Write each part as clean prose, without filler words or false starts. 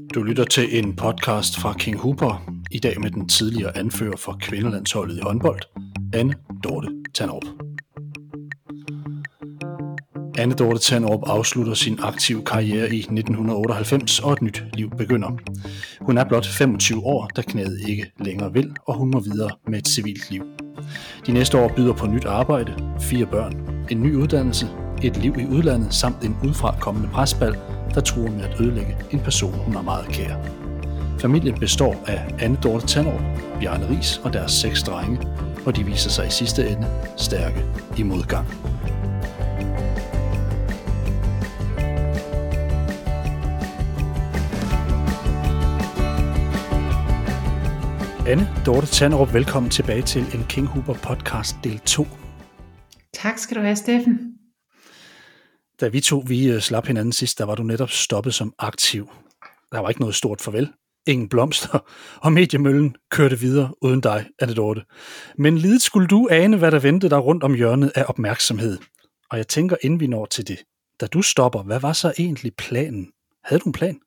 Du lytter til en podcast fra King Hooper, i dag med den tidligere anfører for kvindelandsholdet i håndbold, Anne Dorte Tanderup. Anne Dorte Tanderup afslutter sin aktive karriere i 1998, og et nyt liv begynder. Hun er blot 25 år, da knæet ikke længere vil, og hun må videre med et civilt liv. De næste år byder på nyt arbejde, 4 børn, en ny uddannelse, et liv i udlandet samt en udefra kommende presbal, der truer med at ødelægge en person, hun er meget kær. Familien består af Anne Dorte Tanderup, Bjarne Riis og deres 6 drenge, og de viser sig i sidste ende stærke i modgang. Anne Dorte Tanderup, velkommen tilbage til en King Hooper podcast del 2. Tak skal du have, Steffen. Da vi slap hinanden sidst, der var du netop stoppet som aktiv. Der var ikke noget stort farvel, ingen blomster, og mediemøllen kørte videre uden dig, Anne Dorte. Men lidet skulle du ane, hvad der ventede dig rundt om hjørnet af opmærksomhed. Og jeg tænker, inden vi når til det, da du stopper, hvad var så egentlig planen? Havde du en plan?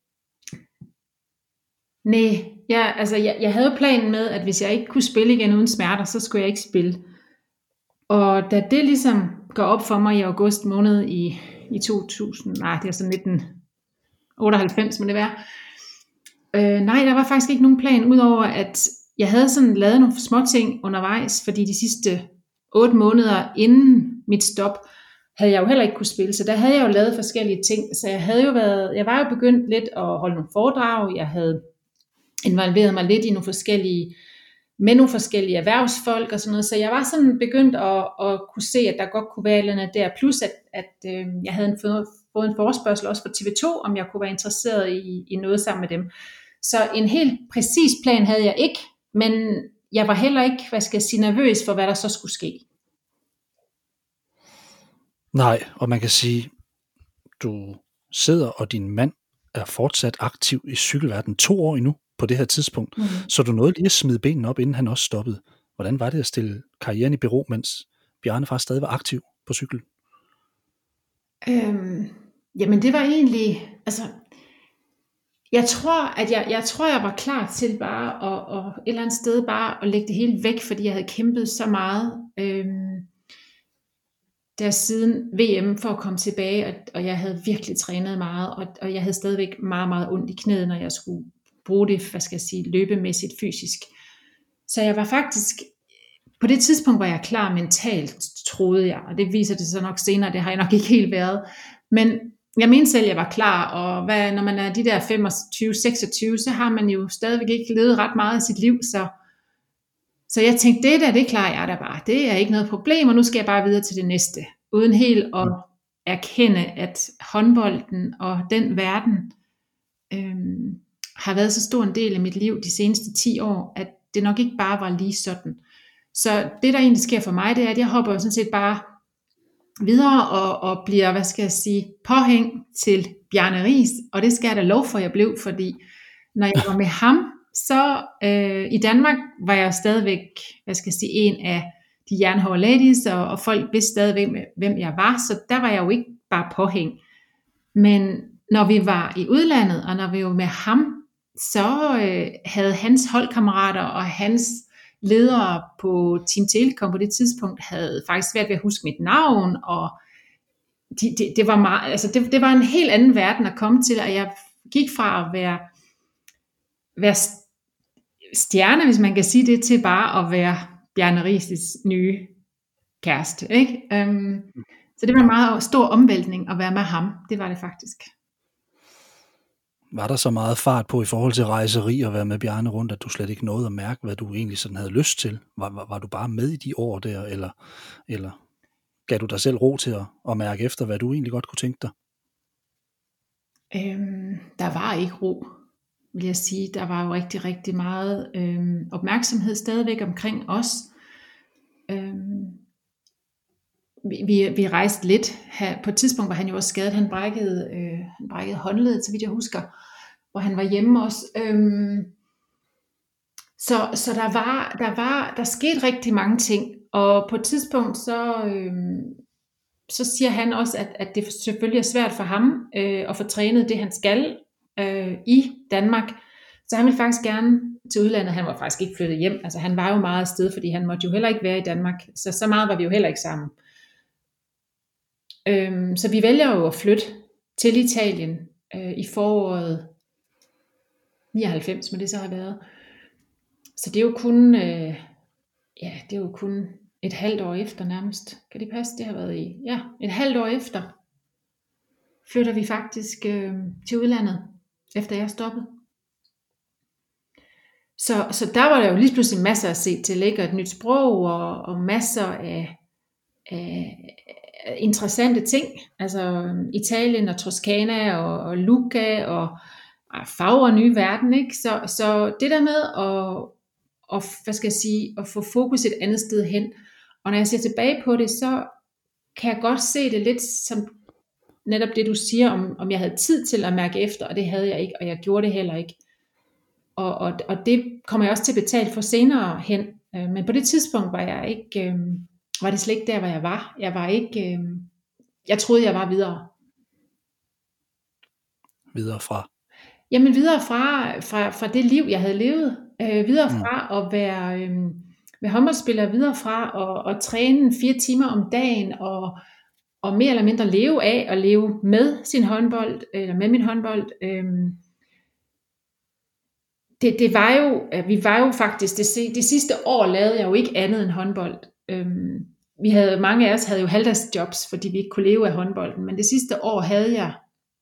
Nej, jeg havde planen med, at hvis jeg ikke kunne spille igen uden smerter, så skulle jeg ikke spille. Og da det ligesom går op for mig i august måned i 2000, nej, det er så 1998, må det være. Nej, der var faktisk ikke nogen plan, udover at jeg havde sådan lavet nogle små ting undervejs, fordi de sidste 8 måneder inden mit stop, havde jeg jo heller ikke kunne spille, så der havde jeg jo lavet forskellige ting. Så jeg var jo begyndt lidt at holde nogle foredrag, jeg havde involveret mig lidt i med nogle forskellige erhvervsfolk og sådan noget, så jeg var sådan begyndt at kunne se, at der godt kunne være et eller andet der, plus at jeg havde fået en forespørgsel også fra TV2, om jeg kunne være interesseret i noget sammen med dem. Så en helt præcis plan havde jeg ikke, men jeg var heller ikke, nervøs for, hvad der så skulle ske. Nej, og man kan sige, du sidder, og din mand er fortsat aktiv i cykelverdenen 2 år endnu på det her tidspunkt, så du nåede lige at smide benene op, inden han også stoppede. Hvordan var det at stille karrieren i bero, mens Bjarne faktisk stadig var aktiv på cykel? Jamen det var egentlig, jeg tror, jeg var klar til bare at et eller andet sted bare at lægge det hele væk, fordi jeg havde kæmpet så meget der siden VM for at komme tilbage, og jeg havde virkelig trænet meget, og jeg havde stadigvæk meget, meget ondt i knæet, når jeg skulle bruge det, løbemæssigt, fysisk. Så jeg var faktisk, på det tidspunkt var jeg klar mentalt, troede jeg, og det viser det så nok senere, det har jeg nok ikke helt været, men jeg mente selv, jeg var klar, og når man er de der 25-26, så har man jo stadigvæk ikke levet ret meget af sit liv, så jeg tænkte, det klarer jeg da bare, det er ikke noget problem, og nu skal jeg bare videre til det næste, uden helt at erkende, at håndbolden og den verden har været så stor en del af mit liv de seneste 10 år, at det nok ikke bare var lige sådan. Så det, der egentlig sker for mig, det er, at jeg hopper sådan set bare videre og bliver, påhæng til Bjarne Riis, og det skal jeg da lov for, jeg blev, fordi når jeg var med ham, så i Danmark var jeg stadigvæk, en af de jernhårde ladies, og folk vidste stadigvæk, hvem jeg var, så der var jeg jo ikke bare påhæng. Men når vi var i udlandet, og når vi var med ham, så havde hans holdkammerater og hans ledere på Team Telekom på det tidspunkt havde faktisk svært ved at huske mit navn, og det var meget, det var en helt anden verden at komme til, og jeg gik fra at være stjerne, hvis man kan sige det, til bare at være Bjarne Riis' nye kæreste, ikke? Så det var en meget stor omvæltning at være med ham, det var det faktisk. Var der så meget fart på i forhold til rejseri og være med Bjarne rundt, at du slet ikke nåede at mærke, hvad du egentlig sådan havde lyst til? Var du bare med i de år der, eller gav du dig selv ro til at mærke efter, hvad du egentlig godt kunne tænke dig? Der var ikke ro, vil jeg sige. Der var jo rigtig, rigtig meget opmærksomhed stadigvæk omkring os. Vi rejste lidt. På et tidspunkt var han jo også skadet. Han brækkede håndledet, så vidt jeg husker, hvor han var hjemme også. Så der skete rigtig mange ting. Og på et tidspunkt så siger han også, at det selvfølgelig er svært for ham at få trænet det, han skal. i Danmark, så han ville faktisk gerne til udlandet. Han var faktisk ikke flyttet hjem, altså han var jo meget afsted, fordi han måtte jo heller ikke være i Danmark, så meget var vi jo heller ikke sammen. Så vi vælger jo at flytte til Italien i foråret 99, må det så have været. Så det er jo kun, det er jo kun et halvt år efter nærmest. Kan det passe, det har været i? Ja, et halvt år efter flytter vi faktisk til udlandet, efter jeg stoppede. Så der var der jo lige pludselig masser at se til, ikke? Og et nyt sprog og masser af interessante ting. Altså Italien og Toskana og Lucca og farver og nye verden, ikke? Så det der med at få fokus et andet sted hen. Og når jeg ser tilbage på det, så kan jeg godt se det lidt som netop det, du siger, om jeg havde tid til at mærke efter, og det havde jeg ikke, og jeg gjorde det heller ikke. Og det kommer jeg også til at betale for senere hen. Men på det tidspunkt var det slet ikke der, hvor jeg var. Jeg troede, jeg var videre. Videre fra? Jamen videre fra det liv, jeg havde levet. Videre fra at være håndboldspiller, videre fra at træne 4 timer om dagen, og mere eller mindre leve af at leve med sin håndbold, eller med min håndbold. Vi var jo faktisk, det sidste år lavede jeg jo ikke andet end håndbold. Mange af os havde jo halvdagsjobs, fordi vi ikke kunne leve af håndbolden, men det sidste år havde jeg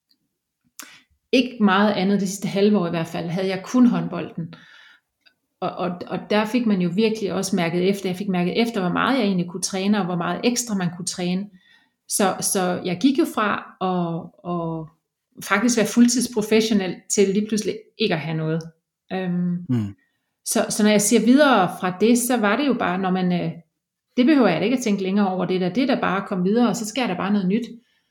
ikke meget andet, det sidste halve år i hvert fald, havde jeg kun håndbolden. Og der fik man jo virkelig også mærket efter. Jeg fik mærket efter, hvor meget jeg egentlig kunne træne, og hvor meget ekstra man kunne træne. Så jeg gik jo fra at faktisk være fuldtidsprofessionel til lige pludselig ikke at have noget. Så når jeg siger videre fra det, så var det jo bare, når man, det behøver jeg da ikke at tænke længere over, det der bare at komme videre, og så sker der bare noget nyt.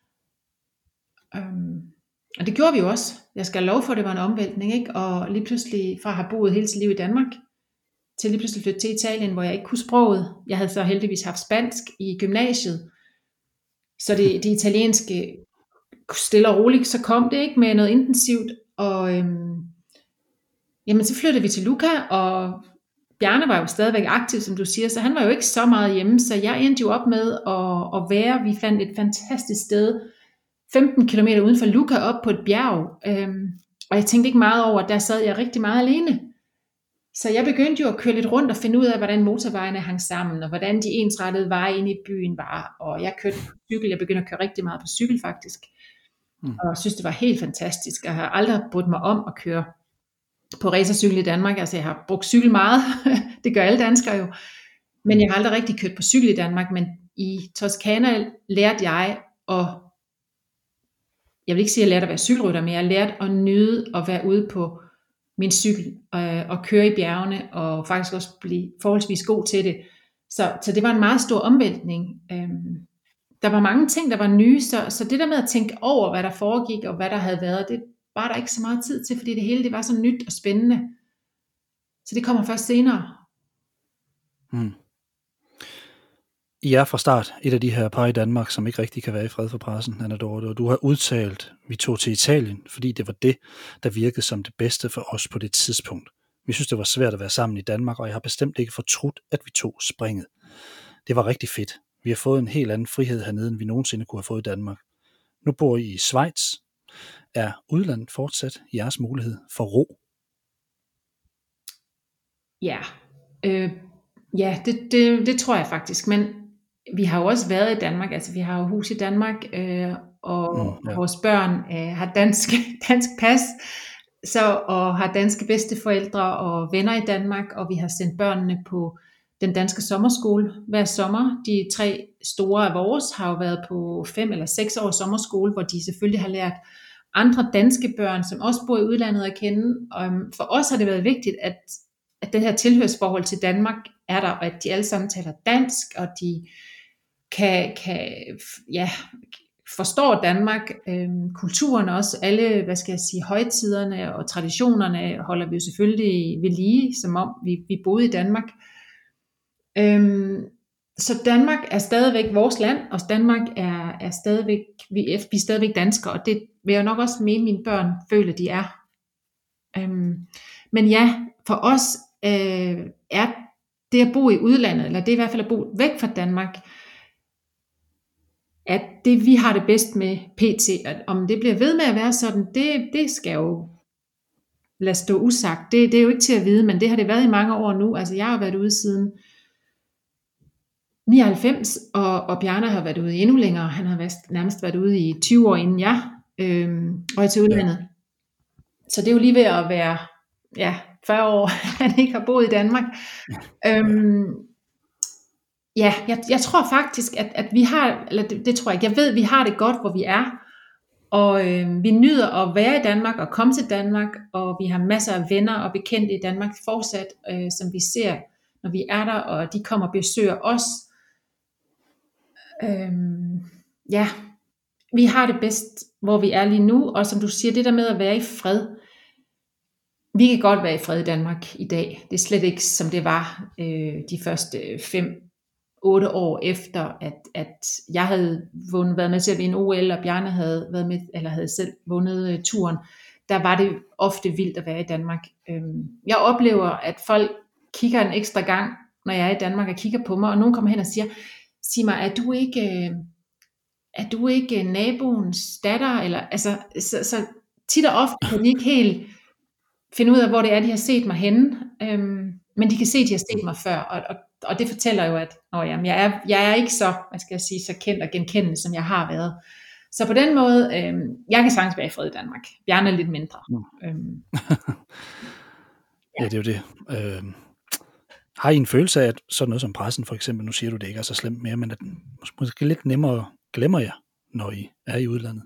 Og det gjorde vi jo også. Jeg skal love for, at det var en omvæltning, ikke? Og lige pludselig fra at have boet hele sit liv i Danmark, til lige pludselig flytte til Italien, hvor jeg ikke kunne sproget. Jeg havde så heldigvis haft spansk i gymnasiet, så det italienske stille og roligt, så kom det ikke med noget intensivt, og jamen så flyttede vi til Lucca, og Bjarne var jo stadigvæk aktiv, som du siger, så han var jo ikke så meget hjemme, så jeg endte jo op med at vi fandt et fantastisk sted, 15 km uden for Lucca, op på et bjerg, og jeg tænkte ikke meget over, at der sad jeg rigtig meget alene. Så jeg begyndte jo at køre lidt rundt og finde ud af, hvordan motorvejene hang sammen, og hvordan de ensrettede veje inde i byen var, og jeg kørte på cykel, jeg begyndte at køre rigtig meget på cykel faktisk, og synes det var helt fantastisk. Jeg har aldrig brudt mig om at køre på racercykel i Danmark, altså jeg har brugt cykel meget, det gør alle danskere jo, men jeg har aldrig rigtig kørt på cykel i Danmark, men i Toskana lærte jeg vil ikke sige, at jeg lærte at være cykelrytter, men jeg lærte at nyde at være ude på min cykel og køre i bjergene, og faktisk også blive forholdsvis god til det. Så det var en meget stor omvæltning. Der var mange ting, der var nye, så det der med at tænke over, hvad der foregik, og hvad der havde været, det var der ikke så meget tid til, fordi det hele det var så nyt og spændende. Så det kommer først senere. I er fra start et af de her par i Danmark, som ikke rigtig kan være i fred for pressen, Anna Dorthe, og du har udtalt, vi tog til Italien, fordi det var det, der virkede som det bedste for os på det tidspunkt. Vi synes, det var svært at være sammen i Danmark, og jeg har bestemt ikke fortrudt, at vi tog springet. Det var rigtig fedt. Vi har fået en helt anden frihed hernede, end vi nogensinde kunne have fået i Danmark. Nu bor I Schweiz. Er udlandet fortsat jeres mulighed for ro? Ja, det tror jeg faktisk, men vi har jo også været i Danmark, altså vi har jo hus i Danmark, og vores børn har dansk pas, og har danske bedsteforældre og venner i Danmark, og vi har sendt børnene på den danske sommerskole hver sommer. De 3 store af vores har jo været på 5 eller 6 års sommerskole, hvor de selvfølgelig har lært andre danske børn, som også bor i udlandet at kende. Og for os har det været vigtigt, at det her tilhørsforhold til Danmark er der, og at de alle sammen taler dansk, og de kan forstår Danmark, kulturen også, alle, højtiderne og traditionerne holder vi jo selvfølgelig ved lige, som om vi boede i Danmark. Så Danmark er stadigvæk vores land, og Danmark er stadigvæk, vi er stadigvæk danskere, og det vil jeg nok også mene, mine børn føler, de er. Men ja, for os er det at bo i udlandet, eller det er i hvert fald at bo væk fra Danmark, at det vi har det bedst med pt. At om det bliver ved med at være sådan, det skal jo lade stå usagt. Det er jo ikke til at vide, men det har det været i mange år nu. Altså jeg har været ude siden 99, og Bjarne har været ude endnu længere. Han har nærmest været ude i 20 år inden jeg røg til udlandet. Ja. Så det er jo lige ved at være 40 år, han ikke har boet i Danmark. Jeg tror faktisk, at vi har, eller det tror jeg ikke, jeg ved, vi har det godt, hvor vi er. Og vi nyder at være i Danmark og komme til Danmark, og vi har masser af venner og bekendte i Danmark fortsat, som vi ser, når vi er der, og de kommer og besøger os. Vi har det bedst, hvor vi er lige nu, og som du siger, det der med at være i fred. Vi kan godt være i fred i Danmark i dag. Det er slet ikke, som det var de første 5-8 år efter, at jeg havde været med til at vinde OL, og Bjarne havde været med, eller havde selv vundet turen. Der var det ofte vildt at være i Danmark. Jeg oplever, at folk kigger en ekstra gang, når jeg er i Danmark, og kigger på mig, og nogen kommer hen og siger, sig mig, er du ikke naboens datter? Eller, altså, så tit og ofte kan de ikke helt finde ud af, hvor det er, de har set mig henne. Men de kan se, at de har set mig før. Og det fortæller jo, at jeg er ikke så, så kendt og genkendende, som jeg har været. Så på den måde, jeg kan sagtens være i fred i Danmark. Bjarne er lidt mindre. Ja, det er jo det. Har I en følelse af, at sådan noget som pressen, for eksempel, nu siger du, det ikke er så slemt mere, men at måske lidt nemmere glemmer jer, når I er i udlandet?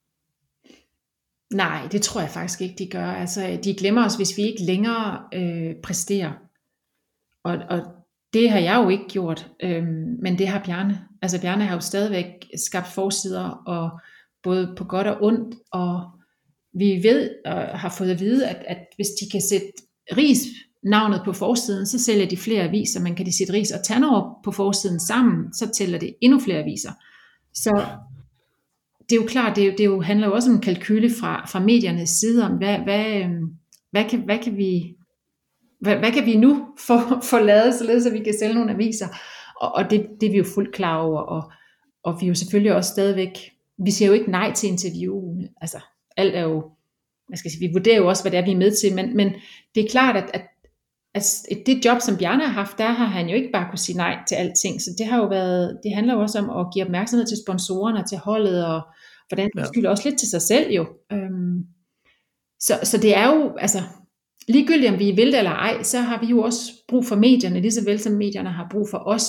Nej, det tror jeg faktisk ikke, de gør. Altså, de glemmer os, hvis vi ikke længere præsterer. Og det har jeg jo ikke gjort, men det har Bjarne. Altså Bjarne har jo stadigvæk skabt forsider, og både på godt og ondt, og vi ved og har fået at vide, at hvis de kan sætte Riis navnet på forsiden, så sælger de flere aviser, men kan de sætte Riis og Tanderup på forsiden sammen, så tæller det endnu flere aviser. Så det er jo klart, det handler jo også om kalkyle fra mediernes side, om hvad kan vi nu få lavet, således at vi kan sælge nogle aviser, og det er vi jo fuldt klar over, og vi er jo selvfølgelig også stadigvæk, vi siger jo ikke nej til interviewene, altså alt er jo, vi vurderer jo også, hvad det er, vi er med til, men det er klart, at det job, som Bjarne har haft, der har han jo ikke bare kunne sige nej til alting, så det har jo været, det handler jo også om at give opmærksomhed til sponsorerne og til holdet, og for den skyld også lidt til sig selv jo. Så det er jo, altså, ligegyldigt om vi vil det eller ej, så har vi jo også brug for medierne, lige så vel som medierne har brug for os.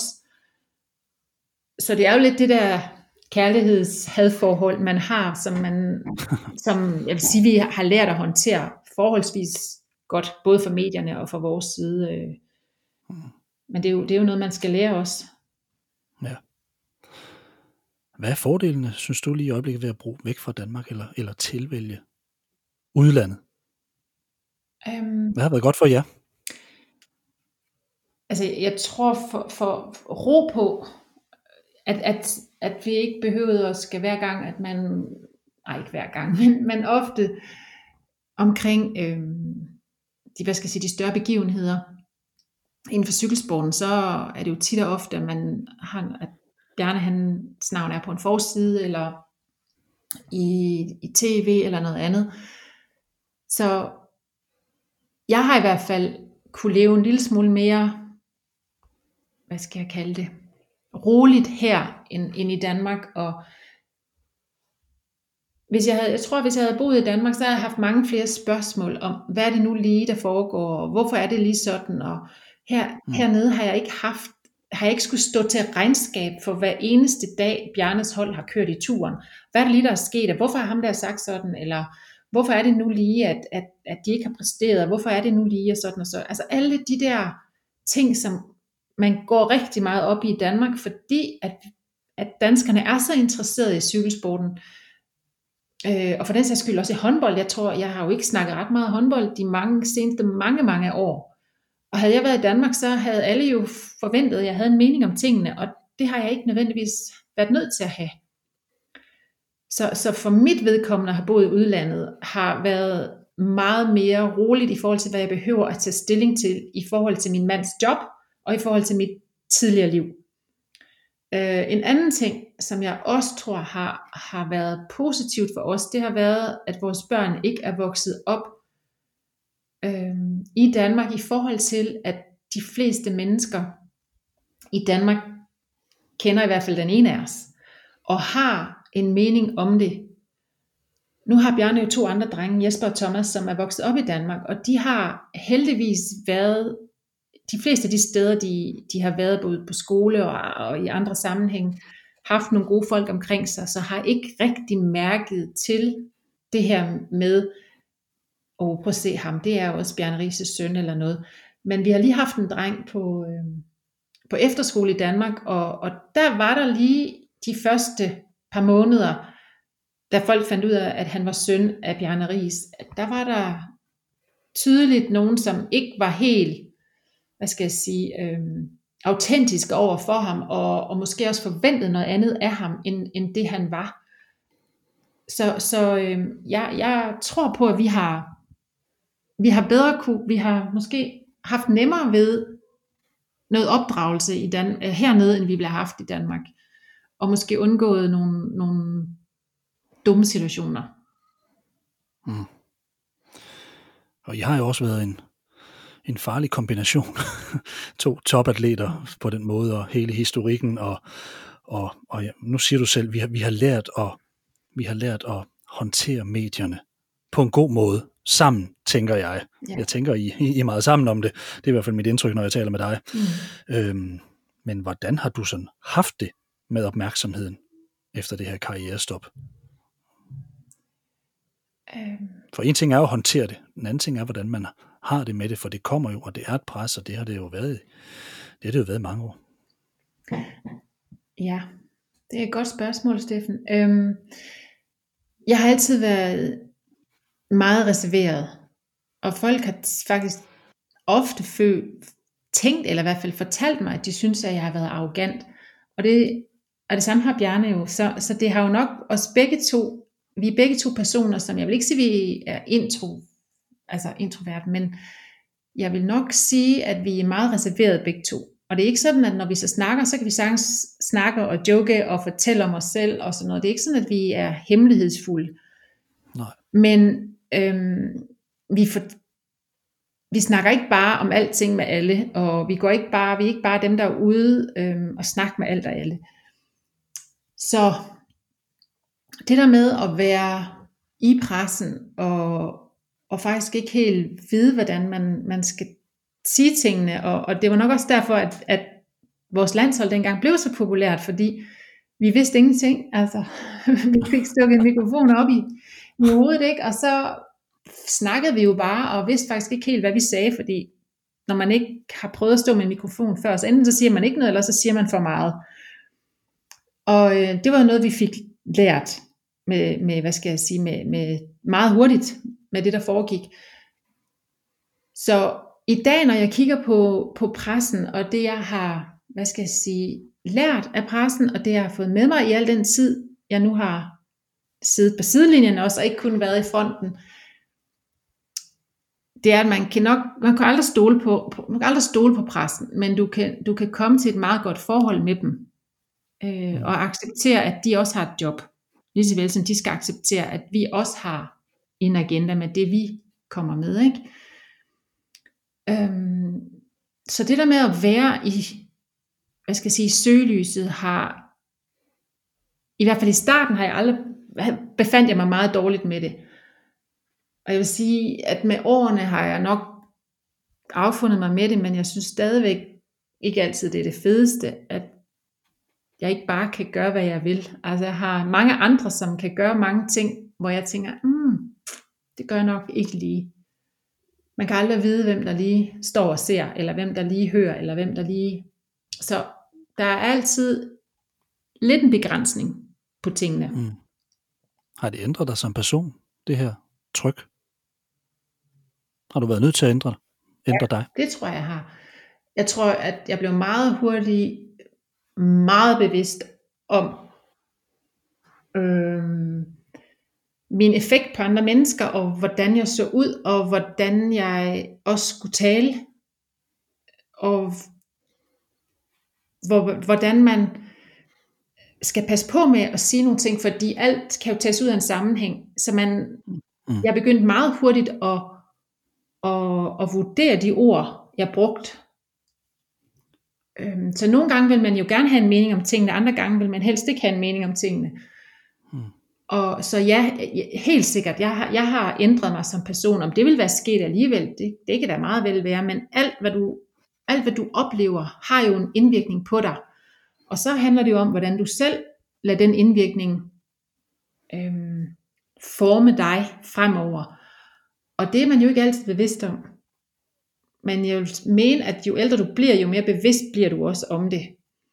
Så det er jo lidt det der kærligheds-hadforhold, man har, som jeg vil sige, vi har lært at håndtere forholdsvis godt, både for medierne og for vores side. Men det er jo noget, man skal lære også. Ja. Hvad er fordelene, synes du lige i øjeblikket, ved at bruge væk fra Danmark, eller tilvælge udlandet? Hvad har været godt for jer? Altså, jeg tror for ro på, at vi ikke behøvede at skal hver gang, at man, ikke hver gang, men ofte omkring de større begivenheder inden for cykelsporten, så er det jo tit og ofte, at Bjarne hans navn er på en forside, eller i tv, eller noget andet. Så jeg har i hvert fald kunne leve en lille smule mere, hvad skal jeg kalde det, roligt her end i Danmark, og hvis jeg havde boet i Danmark, så havde jeg haft mange flere spørgsmål om, hvad er det nu lige, der foregår, og hvorfor er det lige sådan, og hernede har jeg ikke skulle stå til regnskab for hver eneste dag, Bjarnes hold har kørt i turen. Hvad er det lige, der er sket, og hvorfor har ham der sagt sådan, eller hvorfor er det nu lige, at de ikke har præsteret, og hvorfor er det nu lige, og sådan og så. Altså alle de der ting, som man går rigtig meget op i Danmark, fordi at danskerne er så interesserede i cykelsporten, og for den sags skyld også i håndbold. Jeg har jo ikke snakket ret meget håndbold de seneste mange år, Og havde jeg været i Danmark, så havde alle jo forventet, at jeg havde en mening om tingene, og det har jeg ikke nødvendigvis været nødt til at have. Så for mit vedkommende at have boet i udlandet, har været meget mere roligt i forhold til, hvad jeg behøver at tage stilling til, i forhold til min mands job, og i forhold til mit tidligere liv. En anden ting, som jeg også tror har været positivt for os, det har været, at vores børn ikke er vokset op i Danmark, i forhold til, at de fleste mennesker i Danmark kender i hvert fald den ene af os, og har en mening om det. Nu har Bjarne jo 2 andre drenge, Jesper og Thomas, som er vokset op i Danmark, og de har heldigvis været, de fleste af de steder, de har været både på skole og i andre sammenhæng, haft nogle gode folk omkring sig, så har ikke rigtig mærket til det her med, prøv at se ham, det er jo også Bjarne Riises søn eller noget. Men vi har lige haft en dreng på efterskole i Danmark, og der var der lige de første par måneder, da folk fandt ud af, at han var søn af Bjarne Riis, der var der tydeligt nogen, som ikke var helt, autentiske over for ham, og måske også forventede noget andet af ham, end det han var. Så jeg tror på, at vi har måske haft nemmere ved noget opdragelse hernede, end vi bliver haft i Danmark, og måske undgået nogle dumme situationer. Og I har jo også været en farlig kombination. 2 topatleter på den måde, og hele historikken, og ja, nu siger du selv, vi har lært at håndtere medierne på en god måde, sammen, tænker jeg. Ja. Jeg tænker, I er meget sammen om det. Det er i hvert fald mit indtryk, når jeg taler med dig. Men hvordan har du sådan haft det med opmærksomheden efter det her karrierestop? For en ting er jo at håndtere det, en anden ting er, hvordan man har det med det, for det kommer jo, og det er et pres, og det har det jo været i mange år. Ja, det er et godt spørgsmål, Steffen. Jeg har altid været meget reserveret, og folk har faktisk ofte tænkt, eller i hvert fald fortalt mig, at de synes, at jeg har været arrogant, og det samme har Bjarne jo, så det har jo nok os begge to. Vi er begge 2 personer, som jeg vil ikke sige, vi er introvert, men jeg vil nok sige, at vi er meget reserveret begge 2. Og det er ikke sådan, at når vi så snakker, så kan vi sagtens snakke og joke og fortælle om os selv og sådan noget. Det er ikke sådan, at vi er hemmelighedsfulde. Nej. Men vi snakker ikke bare om alting med alle, og vi er ikke bare dem, der er ude og snakker med alt og alle. Så det der med at være i pressen, og faktisk ikke helt vide, hvordan man skal sige tingene, og det var nok også derfor, at vores landshold dengang blev så populært, fordi vi vidste ingenting, altså vi fik stukket en mikrofon op i hovedet, ikke? Og så snakkede vi jo bare, og vidste faktisk ikke helt, hvad vi sagde, fordi når man ikke har prøvet at stå med en mikrofon før, så enten så siger man ikke noget, eller så siger man for meget. Og det var noget, vi fik lært med meget hurtigt med det, der foregik. Så i dag, når jeg kigger på pressen, og det jeg har, lært af pressen, og det jeg har fået med mig i al den tid, jeg nu har siddet på sidelinjen også, og ikke kun været i fronten, det er, at man kan aldrig stole på pressen, men du kan komme til et meget godt forhold med dem, og acceptere, at de også har et job. Lige så vel som de skal acceptere, at vi også har en agenda med det, vi kommer med, ikke? Så det der med at være i søgelyset har, i hvert fald i starten befandt jeg mig meget dårligt med det. Og jeg vil sige, at med årene har jeg nok affundet mig med det, men jeg synes stadigvæk ikke altid, det er det fedeste, at jeg ikke bare kan gøre, hvad jeg vil. Altså jeg har mange andre, som kan gøre mange ting, hvor jeg tænker, det gør jeg nok ikke lige. Man kan aldrig vide, hvem der lige står og ser, eller hvem der lige hører, eller hvem der lige... Så der er altid lidt en begrænsning på tingene. Har det ændret dig som person, det her tryk? Har du været nødt til at ændre dig? ændre dig? Det tror jeg har. Jeg tror, at jeg blev meget hurtigt, meget bevidst om min effekt på andre mennesker, og hvordan jeg så ud, og hvordan jeg også skulle tale, og hvordan man skal passe på med at sige nogle ting, fordi alt kan jo tages ud af en sammenhæng, så jeg begyndte meget hurtigt at vurdere de ord, jeg brugte. Så nogle gange vil man jo gerne have en mening om tingene, andre gange vil man helst ikke have en mening om tingene. Og så ja, helt sikkert, jeg har ændret mig som person. Om det vil være sket alligevel, det kan da meget vel være, men alt hvad du oplever, har jo en indvirkning på dig. Og så handler det jo om, hvordan du selv lader den indvirkning forme dig fremover. Og det er man jo ikke altid bevidst om. Men jeg vil mene, at jo ældre du bliver, jo mere bevidst bliver du også om det.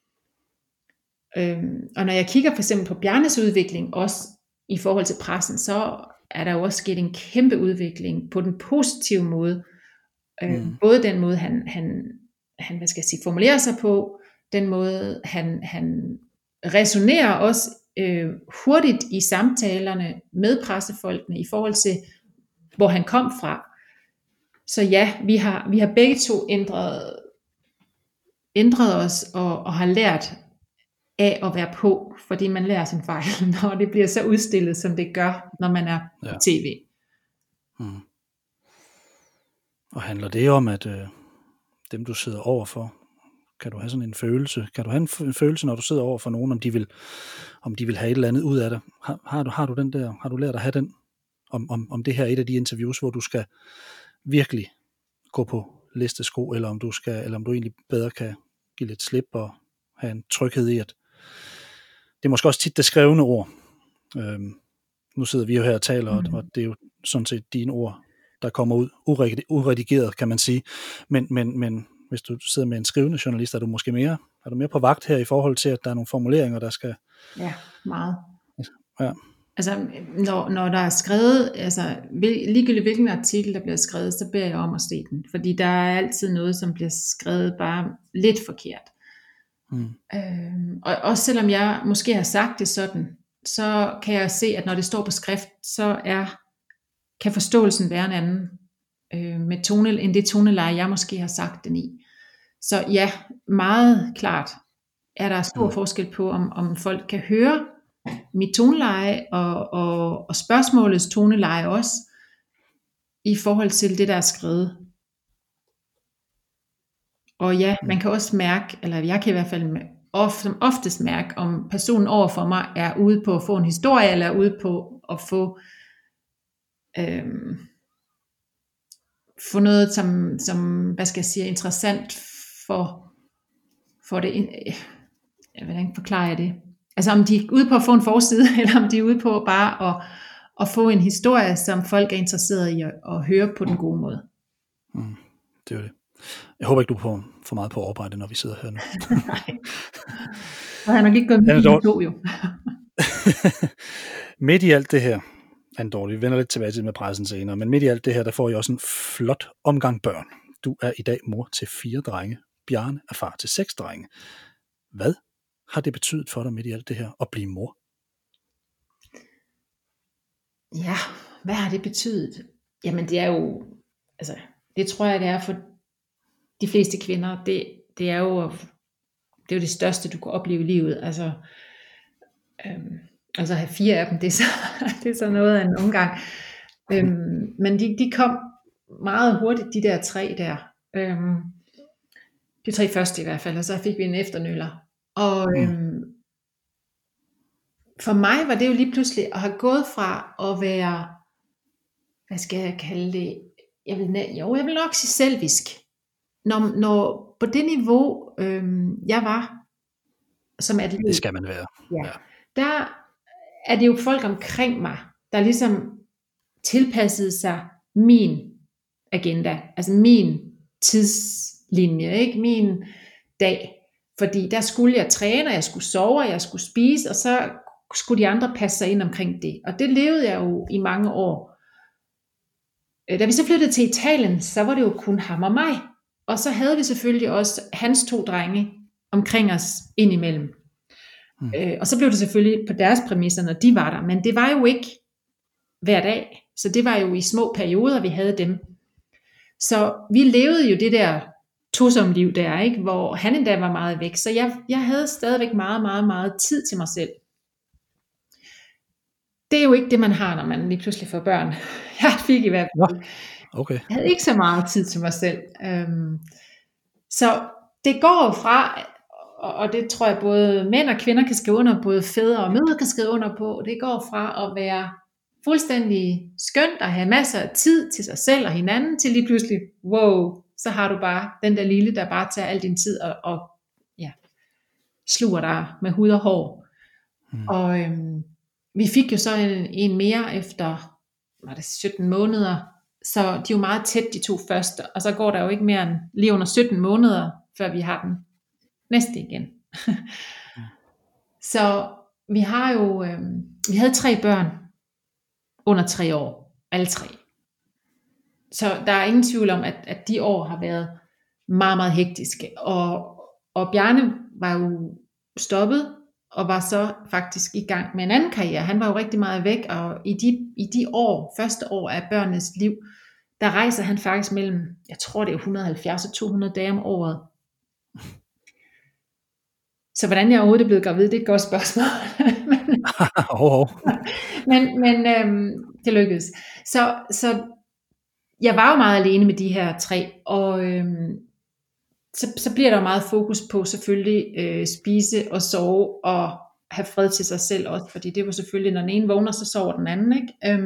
Og når jeg kigger for eksempel på Bjarnes udvikling, også i forhold til pressen, så er der jo også sket en kæmpe udvikling på den positive måde. Både den måde, han hvad skal jeg sige, formulerer sig på, den måde, han resonerer også hurtigt i samtalerne med pressefolkene i forhold til, hvor han kom fra. Så ja, vi har begge to ændret os og har lært af at være på, fordi man lærer sin fejl, når det bliver så udstillet, som det gør, når man er på tv. Og handler det om, at dem du sidder overfor, kan du have sådan en følelse? Kan du have en følelse, når du sidder overfor nogen, om de vil have et eller andet ud af det? Har du den der? Har du lært at have den? Om det her er et af de interviews, hvor du skal virkelig gå på listesko, eller om du egentlig bedre kan give lidt slip og have en tryghed i, at det er måske også tit det skrevne ord. Nu sidder vi jo her og taler, og det er jo sådan set dine ord, der kommer ud uredigeret, kan man sige. Men hvis du sidder med en skrivende journalist, er du mere på vagt her i forhold til, at der er nogle formuleringer, der skal... Ja, meget. Ja. Altså, når der er skrevet, altså ligegyldigt hvilken artikel, der bliver skrevet, så beder jeg om at se den. Fordi der er altid noget, som bliver skrevet bare lidt forkert. Og også selvom jeg måske har sagt det sådan, så kan jeg se, at når det står på skrift, så kan forståelsen være en anden end det toneleje, jeg måske har sagt den i. Så ja, meget klart er der stor forskel på, om folk kan høre mit toneleje og spørgsmålets toneleje også, i forhold til det, der er skrevet. Og ja, man kan også mærke, eller jeg kan i hvert fald som oftest mærke, om personen overfor mig er ude på at få en historie, eller er ude på at få noget, som hvad skal jeg sige, interessant for det. Hvordan forklarer jeg det? Altså om de er ude på at få en forside, eller om de er ude på bare at få en historie, som folk er interesseret i at høre på den gode måde. Det er det. Jeg håber ikke, du får for meget på arbejde, når vi sidder her nu. Nej. Og han har ikke gået med i to, jo. Midt i alt det her, Anne Dorte, vi vender lidt tilbage til med pressen senere, men midt i alt det her, der får I også en flot omgang børn. Du er i dag mor til 4 drenge. Bjarne er far til 6 drenge. Hvad har det betydet for dig midt i alt det her at blive mor? Ja, hvad har det betydet? Jamen det er jo, altså det tror jeg det er for de fleste kvinder, det er jo det største du kan opleve i livet, altså at have 4 af dem, det er så noget af en omgang, men de kom meget hurtigt, de der 3 der, de 3 første i hvert fald, og så fik vi en efternøller, og for mig var det jo lige pludselig at have gået fra at være, hvad skal jeg kalde det, jeg vil nok sige selvisk, når på det niveau jeg var som atlet, det skal man være, ja. Der er det jo folk omkring mig, der ligesom tilpassede sig min agenda, altså min tidslinje, ikke min dag, fordi der skulle jeg træne, jeg skulle sove, jeg skulle spise, og så skulle de andre passe sig ind omkring det, og det levede jeg jo i mange år. Da vi så flyttede til Italien, så var det jo kun ham og mig. Og så havde vi selvfølgelig også hans 2 drenge omkring os indimellem. Og så blev det selvfølgelig på deres præmisser, når de var der. Men det var jo ikke hver dag. Så det var jo i små perioder, vi havde dem. Så vi levede jo det der tosomliv der, ikke? Hvor han endda var meget væk. Så jeg havde stadigvæk meget, meget, meget tid til mig selv. Det er jo ikke det, man har, når man lige pludselig får børn. Jeg fik i hvert fald. Okay. Jeg havde ikke så meget tid til mig selv. Så det går jo fra, og det tror jeg både mænd og kvinder kan skrive under, både fædre og mødre kan skrive under på, det går fra at være fuldstændig skønt at have masser af tid til sig selv og hinanden, til lige pludselig, wow, så har du bare den der lille, der bare tager al din tid og sluger dig med hud og hår. Og vi fik jo så en mere efter, var det 17 måneder, så de er jo meget tæt, de 2 første, og så går der jo ikke mere end lige under 17 måneder, før vi har den næste igen. Så vi har jo, vi havde 3 børn under 3 år, alle 3. Så der er ingen tvivl om, at de år har været meget, meget hektiske, og Bjarne var jo stoppet, og var så faktisk i gang med en anden karriere. Han var jo rigtig meget væk, og i de år, første år af børnenes liv, der rejser han faktisk mellem, jeg tror det er 170 og 200 dage om året. Så hvordan jeg overhovedet er blevet gravid, det er et godt spørgsmål. men det lykkedes. Så jeg var jo meget alene med de her 3, og så bliver der meget fokus på selvfølgelig spise og sove og have fred til sig selv også, fordi det var selvfølgelig, når den ene vågner, så sover den anden, ikke?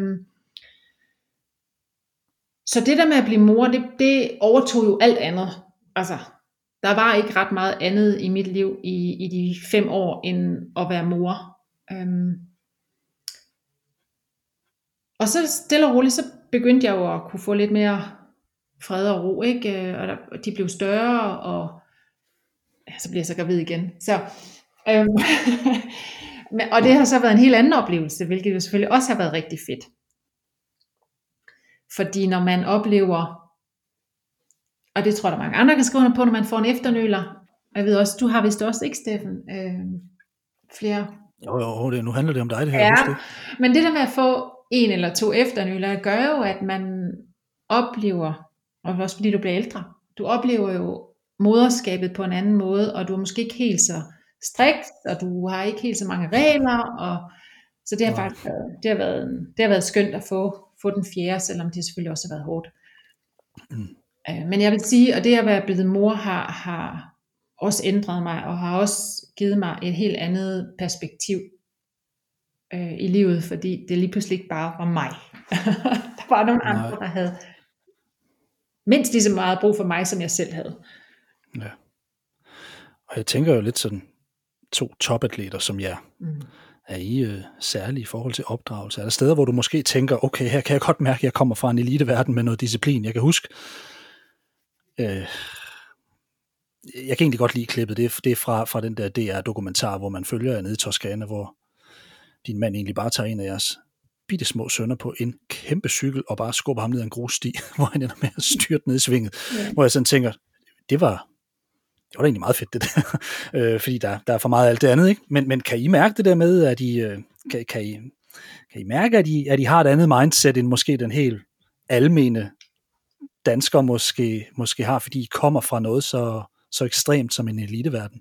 Så det der med at blive mor, det overtog jo alt andet. Altså, der var ikke ret meget andet i mit liv i de 5 år, end at være mor. Og så stille og roligt, så begyndte jeg jo at kunne få lidt mere fred og ro, ikke? Og de blev større, og så bliver jeg så gravid igen. Så, og det har så været en helt anden oplevelse, hvilket jo selvfølgelig også har været rigtig fedt. Fordi når man oplever, og det tror jeg, der mange andre kan skrive under på, når man får en efternøler, jeg ved også, du har vist også, ikke Steffen, flere? Jo, nu handler det om dig, det her. Ja, men det der med at få 1 eller 2 efternøler, gør jo, at man oplever, og også fordi du bliver ældre, du oplever jo moderskabet på en anden måde, og du er måske ikke helt så strikt, og du har ikke helt så mange regler, og så det har faktisk det har været skønt at få den 4., selvom det selvfølgelig også har været hårdt. Men jeg vil sige, og det at være blevet mor har også ændret mig, og har også givet mig et helt andet perspektiv i livet, fordi det lige pludselig ikke bare var mig. Der var nogle andre, der havde mindst lige så meget brug for mig, som jeg selv havde. Ja. Og jeg tænker jo lidt sådan, 2 topatleter som jer, er I særlige i forhold til opdragelse? Er der steder, hvor du måske tænker, okay, her kan jeg godt mærke, at jeg kommer fra en eliteverden med noget disciplin? Jeg kan huske, jeg kan egentlig godt lide klippet, det er fra den der DR-dokumentar, hvor man følger jer nede i Toskana, hvor din mand egentlig bare tager en af jeres bitte små sønner på en kæmpe cykel, og bare skubber ham ned ad en grussti, hvor han ender med at styrte ned i svinget. Hvor jeg sådan tænker, det var da egentlig meget fedt, det der. Fordi der er for meget af alt det andet, ikke? Men kan I mærke det der med, at kan I mærke, at I har et andet mindset, end måske den helt almene dansker måske har, fordi I kommer fra noget så ekstremt som en eliteverden?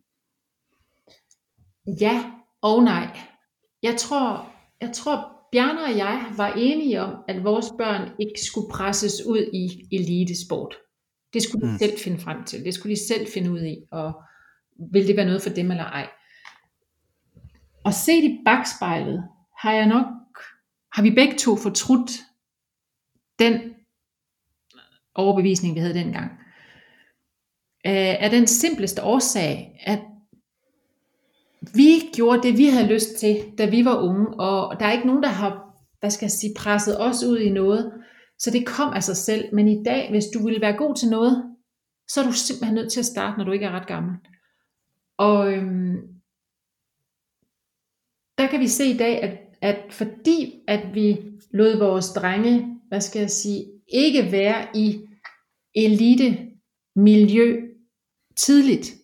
Ja og nej. Jeg tror Bjarne og jeg var enige om, at vores børn ikke skulle presses ud i elitesport. Det skulle de selv finde frem til. Det skulle de selv finde ud i, og vil det være noget for dem eller ej. Og set i bagspejlet, har vi begge 2 fortrudt den overbevisning, vi havde dengang. Af den simpleste årsag, at vi gjorde det, vi havde lyst til, da vi var unge, og der er ikke nogen, der har, presset os ud i noget, så det kom af sig selv. Men i dag, hvis du vil være god til noget, så er du simpelthen nødt til at starte, når du ikke er ret gammel. Og der kan vi se i dag, at fordi at vi lod vores drenge, ikke være i elite-miljø tidligt,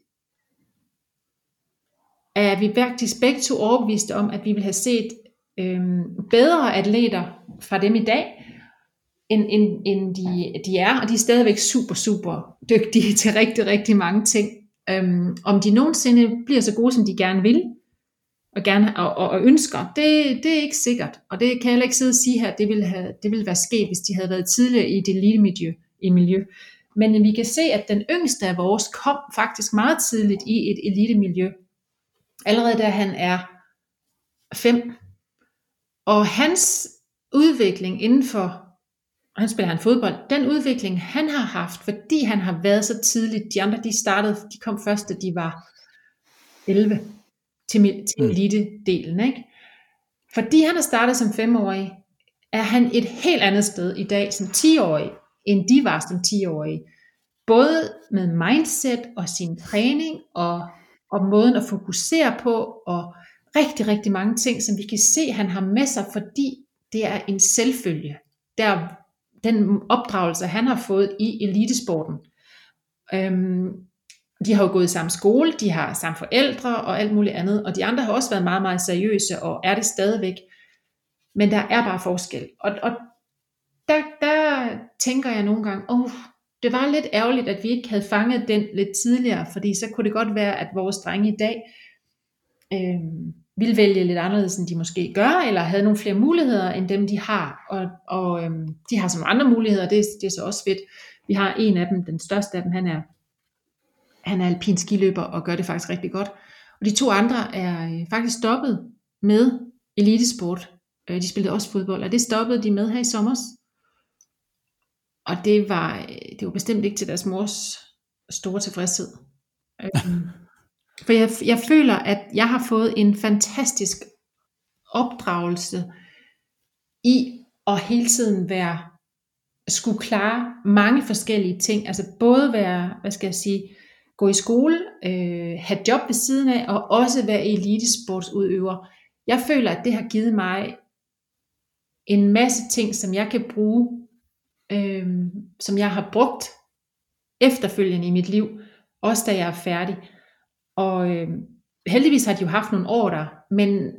er vi faktisk begge to overbeviste om, at vi vil have set bedre atleter fra dem i dag, end de er, og de er stadigvæk super, super dygtige til rigtig, rigtig mange ting. Om de nogensinde bliver så gode, som de gerne vil, og ønsker, det er ikke sikkert. Og det kan jeg heller ikke sidde og sige her, det ville være sket, hvis de havde været tidligere i det elite-miljø. Men vi kan se, at den yngste af vores kom faktisk meget tidligt i et elite-miljø. Allerede da han er 5. Og hans udvikling inden for, han spiller fodbold, den udvikling han har haft, fordi han har været så tidligt, de andre de kom først, da de var 11 til elite-delen, ikke? Fordi han har startet som 5-årig, er han et helt andet sted i dag som 10-årig, end de var som 10-årige. Både med mindset og sin træning og måden at fokusere på, og rigtig, rigtig mange ting, som vi kan se, han har med sig, fordi det er en selvfølge. Den opdragelse, han har fået i elitesporten. De har jo gået i samme skole, de har samme forældre og alt muligt andet, og de andre har også været meget, meget seriøse, og er det stadigvæk. Men der er bare forskel. Og der tænker jeg nogle gange, det var lidt ærgerligt, at vi ikke havde fanget den lidt tidligere, fordi så kunne det godt være, at vores drenge i dag ville vælge lidt anderledes, end de måske gør, eller havde nogle flere muligheder, end dem de har. Og de har så nogle andre muligheder, det er så også fedt. Vi har en af dem, den største af dem, han er alpin skiløber og gør det faktisk rigtig godt. Og de 2 andre er faktisk stoppet med elitesport. De spillede også fodbold, og det stoppede de med her i sommer. Og det var bestemt ikke til deres mors store tilfredshed. For jeg føler, at jeg har fået en fantastisk opdragelse i at hele tiden skulle klare mange forskellige ting. Altså både være, gå i skole, have job ved siden af, og også være elitesportsudøver. Jeg føler, at det har givet mig en masse ting, som jeg kan bruge, som jeg har brugt efterfølgende i mit liv, også da jeg er færdig. Og heldigvis har de jo haft nogle år der, men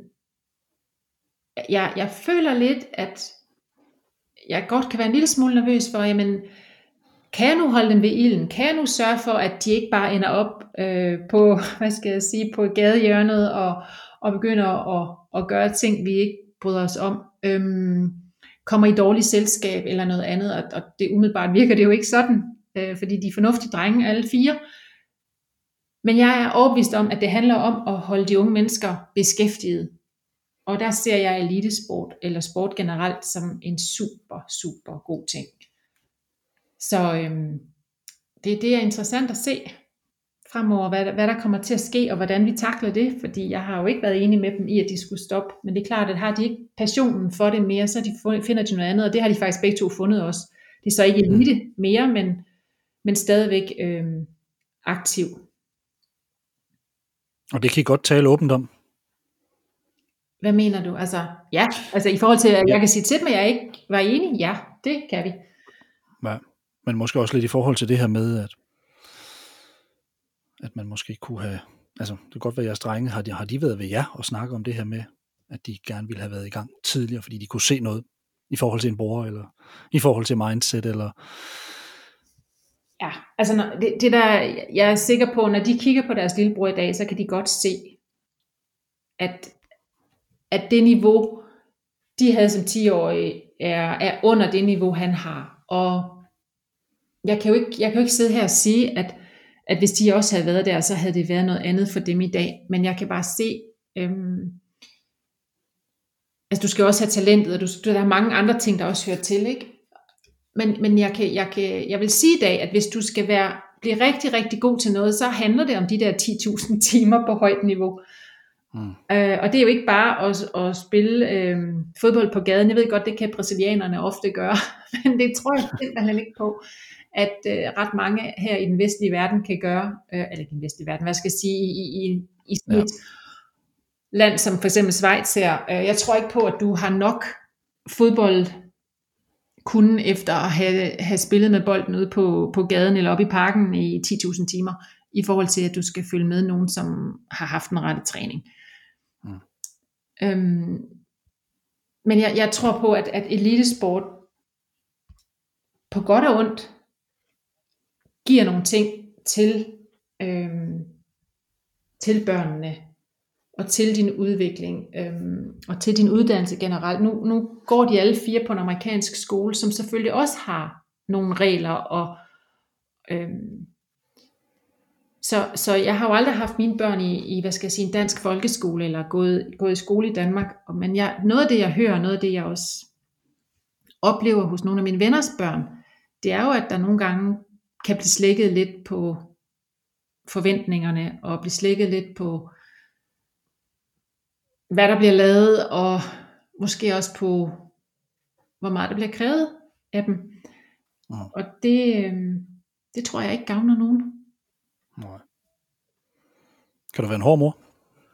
jeg føler lidt, at jeg godt kan være en lille smule nervøs for, jamen, kan jeg nu holde dem ved ilden? Kan jeg nu sørge for, at de ikke bare ender op på, på gadehjørnet og begynder at gøre ting, vi ikke bryder os om? Kommer i dårligt selskab eller noget andet, og det umiddelbart virker det jo ikke sådan, fordi de er fornuftige drenge, alle 4. Men jeg er overbevist om, at det handler om at holde de unge mennesker beskæftiget. Og der ser jeg elitesport, eller sport generelt, som en super, super god ting. Så det er interessant at se fremover, hvad der kommer til at ske, og hvordan vi takler det, fordi jeg har jo ikke været enig med dem i, at de skulle stoppe. Men det er klart, at har de ikke passionen for det mere, så finder de noget andet, og det har de faktisk begge to fundet også. Det er så ikke elite mere, men stadigvæk aktiv. Og det kan I godt tale åbent om. Hvad mener du? Altså i forhold til, at jeg kan sige til dem, at jeg ikke var enig? Ja, det kan vi. Ja, men måske også lidt i forhold til det her med, at man måske kunne have, altså det kan godt være, at jeres drenge, har de været ved jer og snakke om det her med, at de gerne ville have været i gang tidligere, fordi de kunne se noget i forhold til en bror, eller i forhold til mindset, eller... Ja, altså det der, jeg er sikker på, når de kigger på deres lillebror i dag, så kan de godt se, at det niveau, de havde som 10-årige, er under det niveau, han har. Og jeg kan jo ikke sidde her og sige, at hvis de også havde været der, så havde det været noget andet for dem i dag. Men jeg kan bare se, altså du skal også have talentet, og der er mange andre ting, der også hører til, ikke? Men jeg vil sige i dag, at hvis du skal blive rigtig, rigtig god til noget, så handler det om de der 10.000 timer på højt niveau. Og det er jo ikke bare at spille fodbold på gaden. Jeg ved godt, det kan brasilianerne ofte gøre, men det tror jeg simpelthen ikke på, at ret mange her i den vestlige verden kan gøre, eller ikke den vestlige verden, hvad skal jeg sige, i et land som for eksempel Schweiz her. Jeg tror ikke på, at du har nok fodbold kunne efter at have spillet med bolden ude på gaden eller oppe i parken i 10.000 timer, i forhold til at du skal følge med nogen, som har haft den rette træning. Men jeg tror på, at elitesport på godt og ondt giver nogle ting til børnene og til din udvikling og til din uddannelse generelt. Nu går de alle 4 på en amerikansk skole, som selvfølgelig også har nogle regler og så jeg har jo aldrig haft mine børn i hvad skal jeg sige, en dansk folkeskole eller gået i skole i Danmark, men noget af det jeg hører, noget af det jeg også oplever hos nogle af mine venners børn, det er jo, at der nogle gange kan blive slækket lidt på forventningerne og blive slækket lidt på hvad der bliver lavet, og måske også på hvor meget der bliver krævet af dem. Og det tror jeg ikke gavner nogen. Nej. Kan du være en hård mor?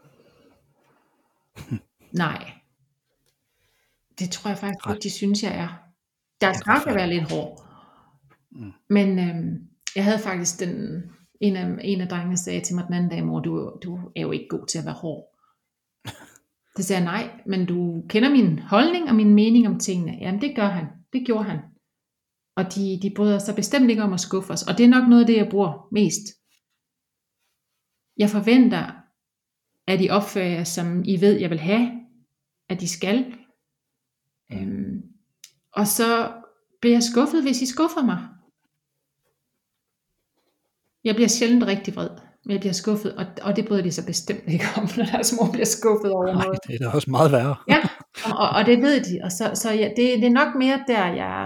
Nej. Det tror jeg faktisk ikke, de synes, jeg er. Der skal være lidt hård. Men jeg havde faktisk en af drengene sagde til mig den anden dag, mor, du er jo ikke god til at være hård. Det sagde jeg, nej, men du kender min holdning og min mening om tingene. Jamen det gør han. Det gjorde han. Og de bryder sig bestemt ikke om at skuffe os. Og det er nok noget af det, jeg bruger mest. Jeg forventer, at I opfører jer, som I ved, jeg vil have, at de skal. Og så bliver jeg skuffet, hvis I skuffer mig. Jeg bliver sjældent rigtig vred, men jeg bliver skuffet, og det bryder de sig bestemt ikke om, når deres mor bliver skuffet over noget. Nej, det er da også meget værre. Ja, og det ved de, og så ja, det er nok mere der,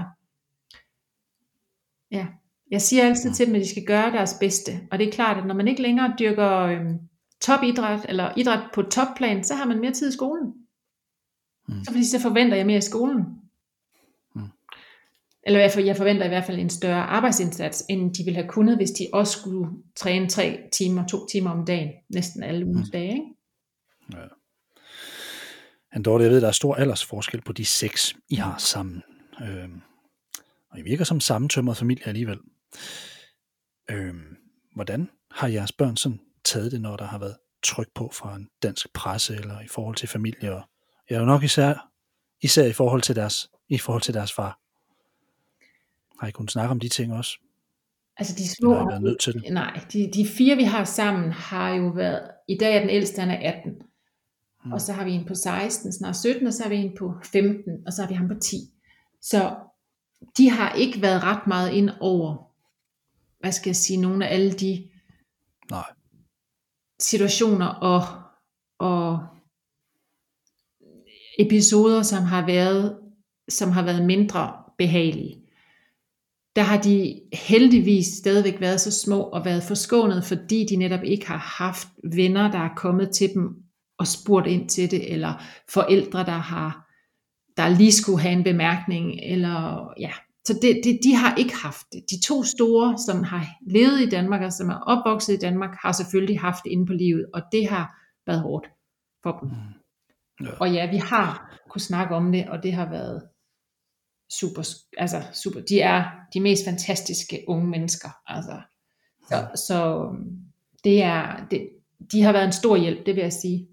jeg siger altid til dem, at de skal gøre deres bedste, og det er klart, at når man ikke længere dyrker topidræt, eller idræt på topplan, så har man mere tid i skolen. Så fordi så forventer jeg mere i skolen. Eller jeg forventer i hvert fald en større arbejdsindsats, end de ville have kunnet, hvis de også skulle træne 2 timer om dagen, næsten alle ugens dage, ikke? Ja. Dorte, jeg ved, der er stor aldersforskel på de 6, I har sammen. Og I virker som sammentømret familie alligevel. Hvordan har jeres børn sådan taget det, når der har været tryk på fra en dansk presse, eller i forhold til familie, og ja, jo nok især i forhold til deres far? Har I kunnet snakke om de ting også? Altså de små har I været nødt til det? Nej, de 4 vi har sammen har jo været, i dag er den ældste, han er 18. Og så har vi en på 16, snart 17, og så har vi en på 15, og så har vi ham på 10. Så de har ikke været ret meget ind over, hvad skal jeg sige, nogle af alle de situationer og episoder, som har været mindre behagelige. Der har de heldigvis stadigvæk været så små og været forskånet, fordi de netop ikke har haft venner, der er kommet til dem og spurgt ind til det, eller forældre, der lige skulle have en bemærkning, eller ja. Så de har ikke haft det. De 2 store, som har levet i Danmark og som er opvokset i Danmark, har selvfølgelig haft det inde på livet, og det har været hårdt for dem. Ja. Og ja, vi har kunnet snakke om det, og det har været super. De er de mest fantastiske unge mennesker. Altså. Så de har været en stor hjælp, det vil jeg sige.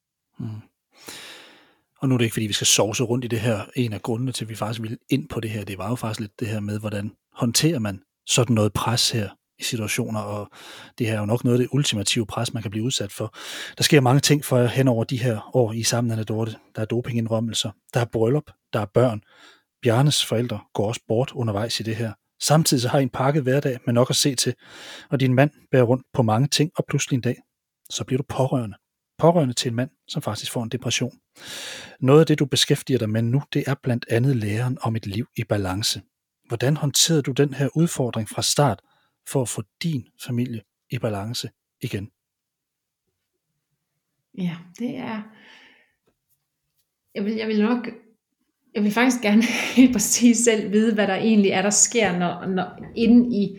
Og nu er det ikke, fordi vi skal sovse rundt i det her. En af grundene til, at vi faktisk ville ind på det her, det var jo faktisk lidt det her med, hvordan håndterer man sådan noget pres her i situationer, og det her er jo nok noget af det ultimative pres, man kan blive udsat for. Der sker mange ting for jer hen over de her år i sammen, Anne Dorte. Der er dopingindrømmelser, der er bryllup, der er børn. Bjarnes forældre går også bort undervejs i det her. Samtidig så har I en pakket hverdag med nok at se til, og din mand bærer rundt på mange ting, og pludselig en dag, så bliver du pårørende. Pårørende til en mand, som faktisk får en depression. Noget af det, du beskæftiger dig med nu, det er blandt andet læren om et liv i balance. Hvordan håndterede du den her udfordring fra start, for at få din familie i balance igen? Ja, det er... Jeg vil faktisk gerne helt præcis selv vide, hvad der egentlig er, der sker, når inde i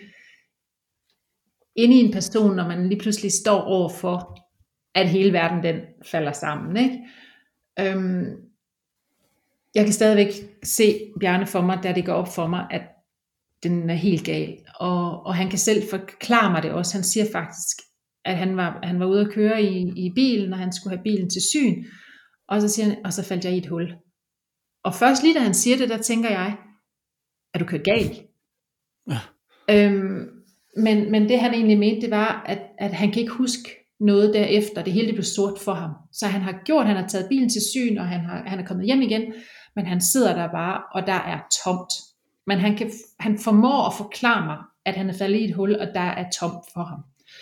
en person, når man lige pludselig står over for, at hele verden den falder sammen. Ikke? jeg kan stadigvæk se Bjarne for mig, da det går op for mig, at den er helt gal. Og han kan selv forklare mig det også. Han siger faktisk, at han var ude at køre i bilen, og han skulle have bilen til syn. Og så siger han, og så faldt jeg i et hul. Og først lige da han siger det, der tænker jeg, er du kørt galt? Ja. Men det han egentlig mente, det var, at han kan ikke huske noget derefter. Det hele blev sort for ham. Så han har taget bilen til syn, og han er kommet hjem igen, men han sidder der bare, og der er tomt. Men han formår at forklare mig, at han er faldet i et hul, og der er tomt for ham.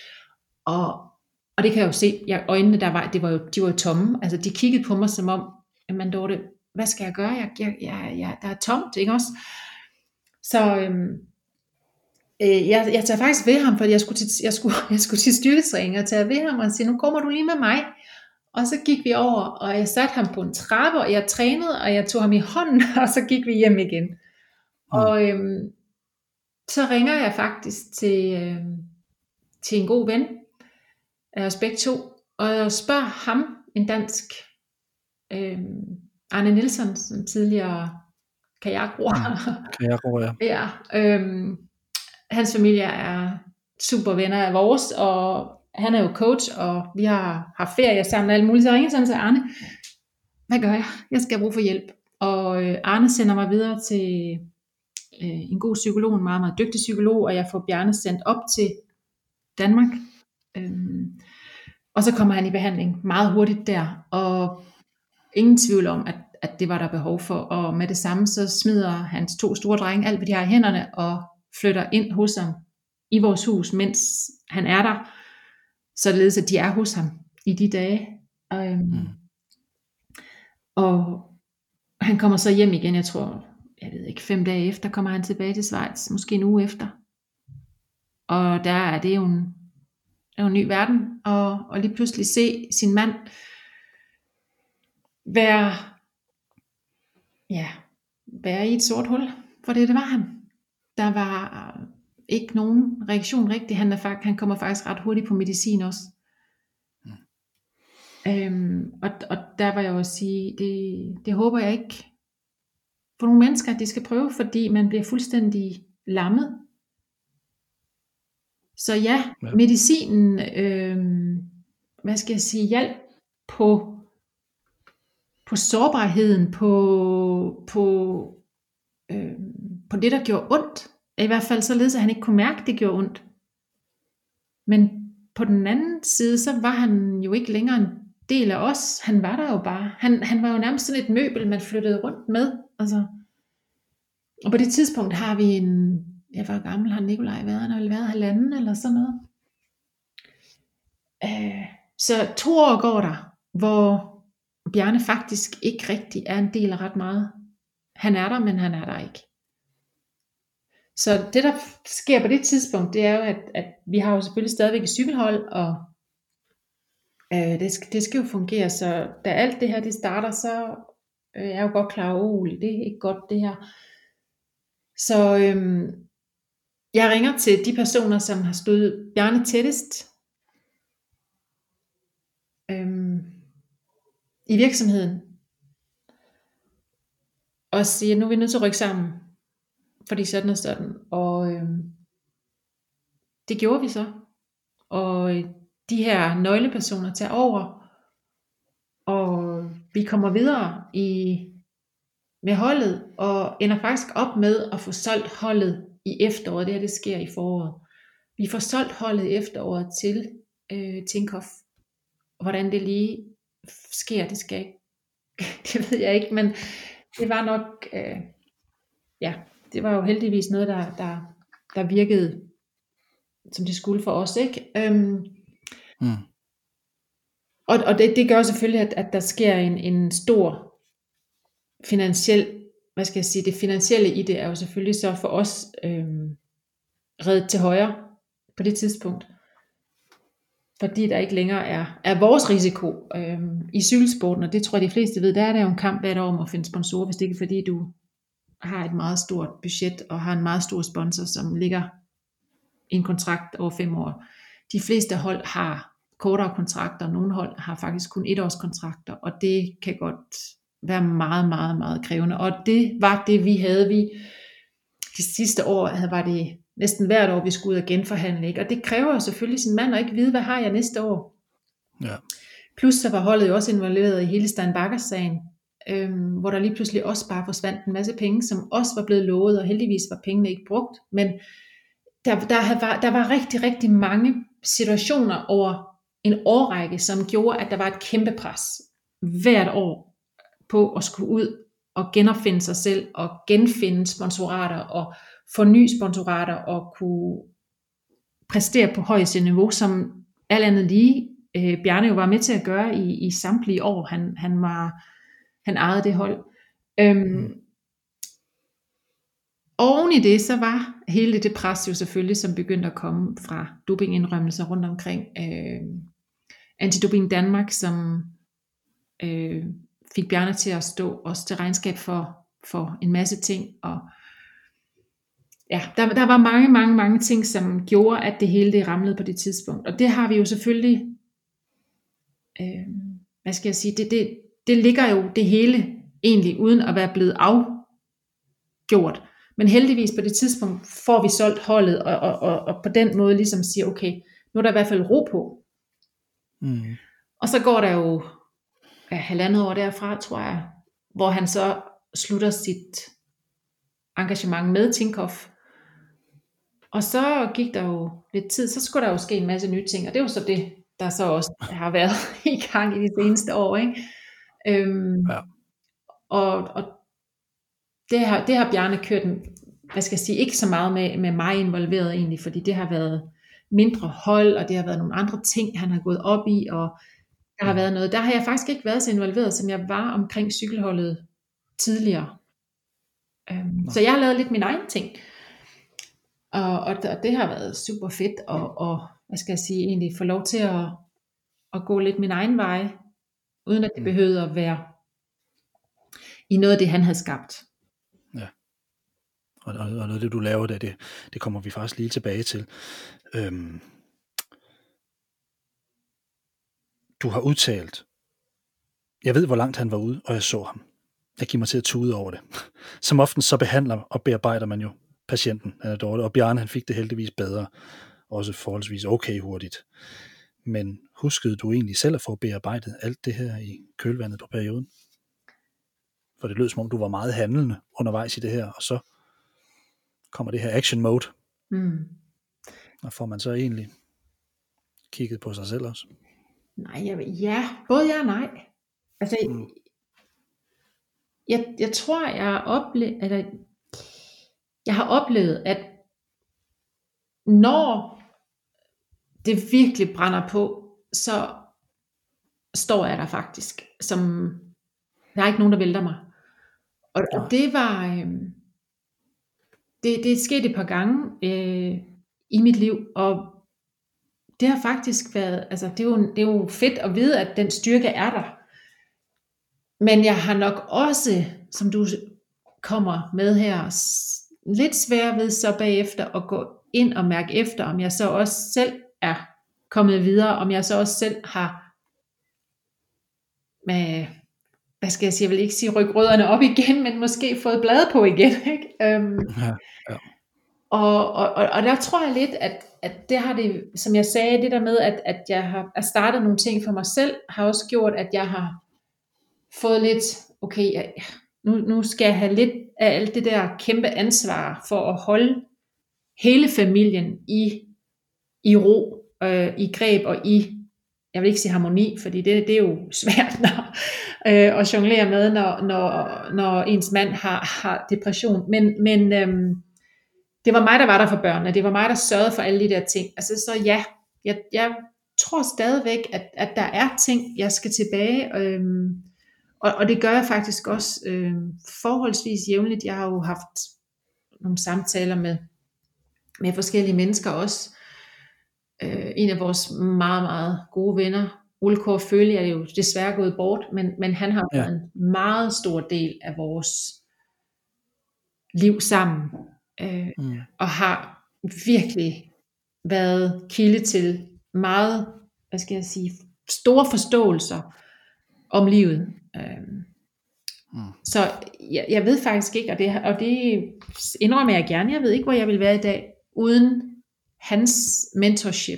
Og det kan jeg jo se. Øjnene de var jo tomme. Altså de kiggede på mig som om, jamen Dorte, hvad skal jeg gøre? Der er tomt, ikke også? Så jeg tager faktisk ved ham, fordi jeg skulle til styrketræning, og tage ved ham og sige, nu kommer du lige med mig. Og så gik vi over, og jeg satte ham på en trappe, og jeg trænede, og jeg tog ham i hånden, og så gik vi hjem igen. Og så ringer jeg faktisk til en god ven af os begge to, og jeg spørger ham, en dansk, Arne Nielsen, som tidligere kajakroer. Ja, hans familie er super venner af vores, og han er jo coach, og vi har haft ferie sammen og alt muligt. Så jeg ringer sådan til Arne, hvad gør jeg? Jeg skal bruge for hjælp. Og Arne sender mig videre til en god psykolog, en meget, meget dygtig psykolog, og jeg får Bjarne sendt op til Danmark. Og så kommer han i behandling meget hurtigt der, og ingen tvivl om, at det var der behov for. Og med det samme, så smider hans 2 store drenge alt, hvad de har i hænderne, og flytter ind hos ham i vores hus, mens han er der, således at de er hos ham i de dage. Og han kommer så hjem igen, jeg tror, 5 dage efter, kommer han tilbage til Schweiz, måske en uge efter. Og der er det jo en ny verden, og lige pludselig se sin mand være i et sort hul, for det var han. Der var ikke nogen reaktion rigtig. Han kommer faktisk ret hurtigt på medicin også. Og der vil jeg også sige, det håber jeg ikke for nogle mennesker, at de skal prøve, fordi man bliver fuldstændig lammet. Så ja. Medicinen, hjælp på sårbarheden, på det, der gjorde ondt. I hvert fald således, at han ikke kunne mærke, at det gjorde ondt. Men på den anden side, så var han jo ikke længere en del af os. Han var der jo bare. Han var jo nærmest sådan et møbel, man flyttede rundt med. Altså. Og på det tidspunkt har vi hvor gammel har Nikolaj været? Han har vel været 1,5 eller sådan noget. Så 2 år går der, hvor Bjarne faktisk ikke rigtig er en del af ret meget. Han er der, men han er der ikke. Så det, der sker på det tidspunkt, det er jo, at vi har jo selvfølgelig stadigvæk et cykelhold, og det skal jo fungere. Så da alt det her det starter, så er jeg jo godt klar over, det er ikke godt det her. Så jeg ringer til de personer, som har stået Bjarne tættest i virksomheden, og siger, nu er vi nødt til at rykke sammen, fordi sådan og sådan. Og det gjorde vi så. Og de her nøglepersoner tager over, og vi kommer videre med holdet, og ender faktisk op med at få solgt holdet i efteråret. Det her, det sker i foråret. Vi får solgt holdet i efteråret til Tinkoff. Hvordan det lige sker, det ved jeg ikke, men det var nok, det var jo heldigvis noget, der virkede, som det skulle for os, ikke? Og det gør selvfølgelig, at der sker en stor finansiel, det finansielle i det er jo selvfølgelig så for os reddet til højre på det tidspunkt. Fordi der ikke længere er vores risiko i cykelsporten, og det tror jeg de fleste ved, der er jo en kamp hvert år om at finde sponsorer, hvis det ikke er fordi du har et meget stort budget og har en meget stor sponsor, som ligger i en kontrakt over 5 år. De fleste hold har kortere kontrakter, nogle hold har faktisk kun 1 års kontrakter, og det kan godt være meget, meget, meget krævende. Og det var det, vi havde. De sidste år var det næsten hvert år, vi skulle ud og genforhandle. Ikke? Og det kræver selvfølgelig sin mand at ikke vide, hvad har jeg næste år. Ja. Plus så var holdet jo også involveret i hele Stein Baggers-sagen, hvor der lige pludselig også bare forsvandt en masse penge, som også var blevet lovet, og heldigvis var pengene ikke brugt. Men der var rigtig, rigtig mange situationer over en årrække, som gjorde, at der var et kæmpe pres hvert år på at skulle ud og genopfinde sig selv, og genfinde sponsorater, og forny sponsorater, og kunne præstere på højeste niveau, som alt andet lige Bjarne jo var med til at gøre i samtlige år, han ejede det hold. Oven i det, så var hele det pres jo selvfølgelig, som begyndte at komme fra dopingindrømmelser rundt omkring. Antidoping Danmark, som fik Bjarne til at stå også til regnskab for en masse ting. Og ja, der var mange ting, som gjorde, at det hele det ramlede på det tidspunkt. Og det har vi jo selvfølgelig, hvad skal jeg sige, det ligger jo det hele egentlig uden at være blevet afgjort. Men heldigvis på det tidspunkt får vi solgt holdet, og på den måde ligesom siger, okay, nu er der i hvert fald ro på. Og så går der jo 1,5 år derfra, tror jeg, hvor han så slutter sit engagement med Tinkoff. Og så gik der jo lidt tid, så skulle der jo ske en masse nye ting, og det er jo så det, der så også har været i gang i de seneste år, ikke? Ja. Og det har Bjarne kørt, hvad skal jeg sige, ikke så meget med mig involveret egentlig, fordi det har været mindre hold, og det har været nogle andre ting, han har gået op i, og der har været noget. Der har jeg faktisk ikke været så involveret, som jeg var omkring cykelholdet tidligere. Så jeg har lavet lidt min egen ting. Og det har været super fedt, og hvad skal jeg sige, egentlig få lov til at gå lidt min egen vej, uden at det behøvede at være i noget af det, han havde skabt. Ja. Og noget af det, du laver der, det kommer vi faktisk lige tilbage til. Du har udtalt, jeg ved, hvor langt han var ude, og jeg så ham. Jeg giver mig til at tude over det. Som often så behandler og bearbejder man jo patienten, han er dårlig, og Bjarne han fik det heldigvis bedre, også forholdsvis okay hurtigt. Men huskede du egentlig selv at få bearbejdet alt det her i kølvandet på perioden? For det lød som om, du var meget handlende undervejs i det her, og så kommer det her action mode. Og får man så egentlig kigget på sig selv også? Nej, ja, både ja og nej. Altså, jeg tror, jeg har oplevet, at når det virkelig brænder på, så står jeg der faktisk, som der er ikke nogen, der vælter mig. Og det var, det skete et par gange i mit liv, og det har faktisk været, altså det er jo fedt at vide, at den styrke er der. Men jeg har nok også, som du kommer med her, lidt svært ved så bagefter at gå ind og mærke efter, om jeg så også selv er kommet videre, om jeg så også selv har, hvad skal jeg sige, jeg vil ikke sige rykke rødderne op igen, men måske fået blade på igen, ikke? Ja. Og der tror jeg lidt, at det har det, som jeg sagde, det der med, at jeg har startet nogle ting for mig selv, har også gjort, at jeg har fået lidt, okay, nu skal jeg have lidt af alt det der kæmpe ansvar for at holde hele familien i ro, i greb og jeg vil ikke sige harmoni, fordi det er jo svært at jonglere med, når ens mand har depression. Men det var mig, der var der for børnene. Det var mig, der sørgede for alle de der ting. Altså så ja, jeg tror stadigvæk, at der er ting, jeg skal tilbage. Og det gør jeg faktisk også forholdsvis jævnligt. Jeg har jo haft nogle samtaler med forskellige mennesker også. En af vores meget, meget gode venner, Ole Kåre Følge, er jo desværre gået bort, men han har været en meget stor del af vores liv sammen, og har virkelig været kilde til meget, hvad skal jeg sige, store forståelser om livet. Så jeg ved faktisk ikke, og det indrømmer jeg gerne, jeg ved ikke, hvor jeg vil være i dag, uden hans mentorship.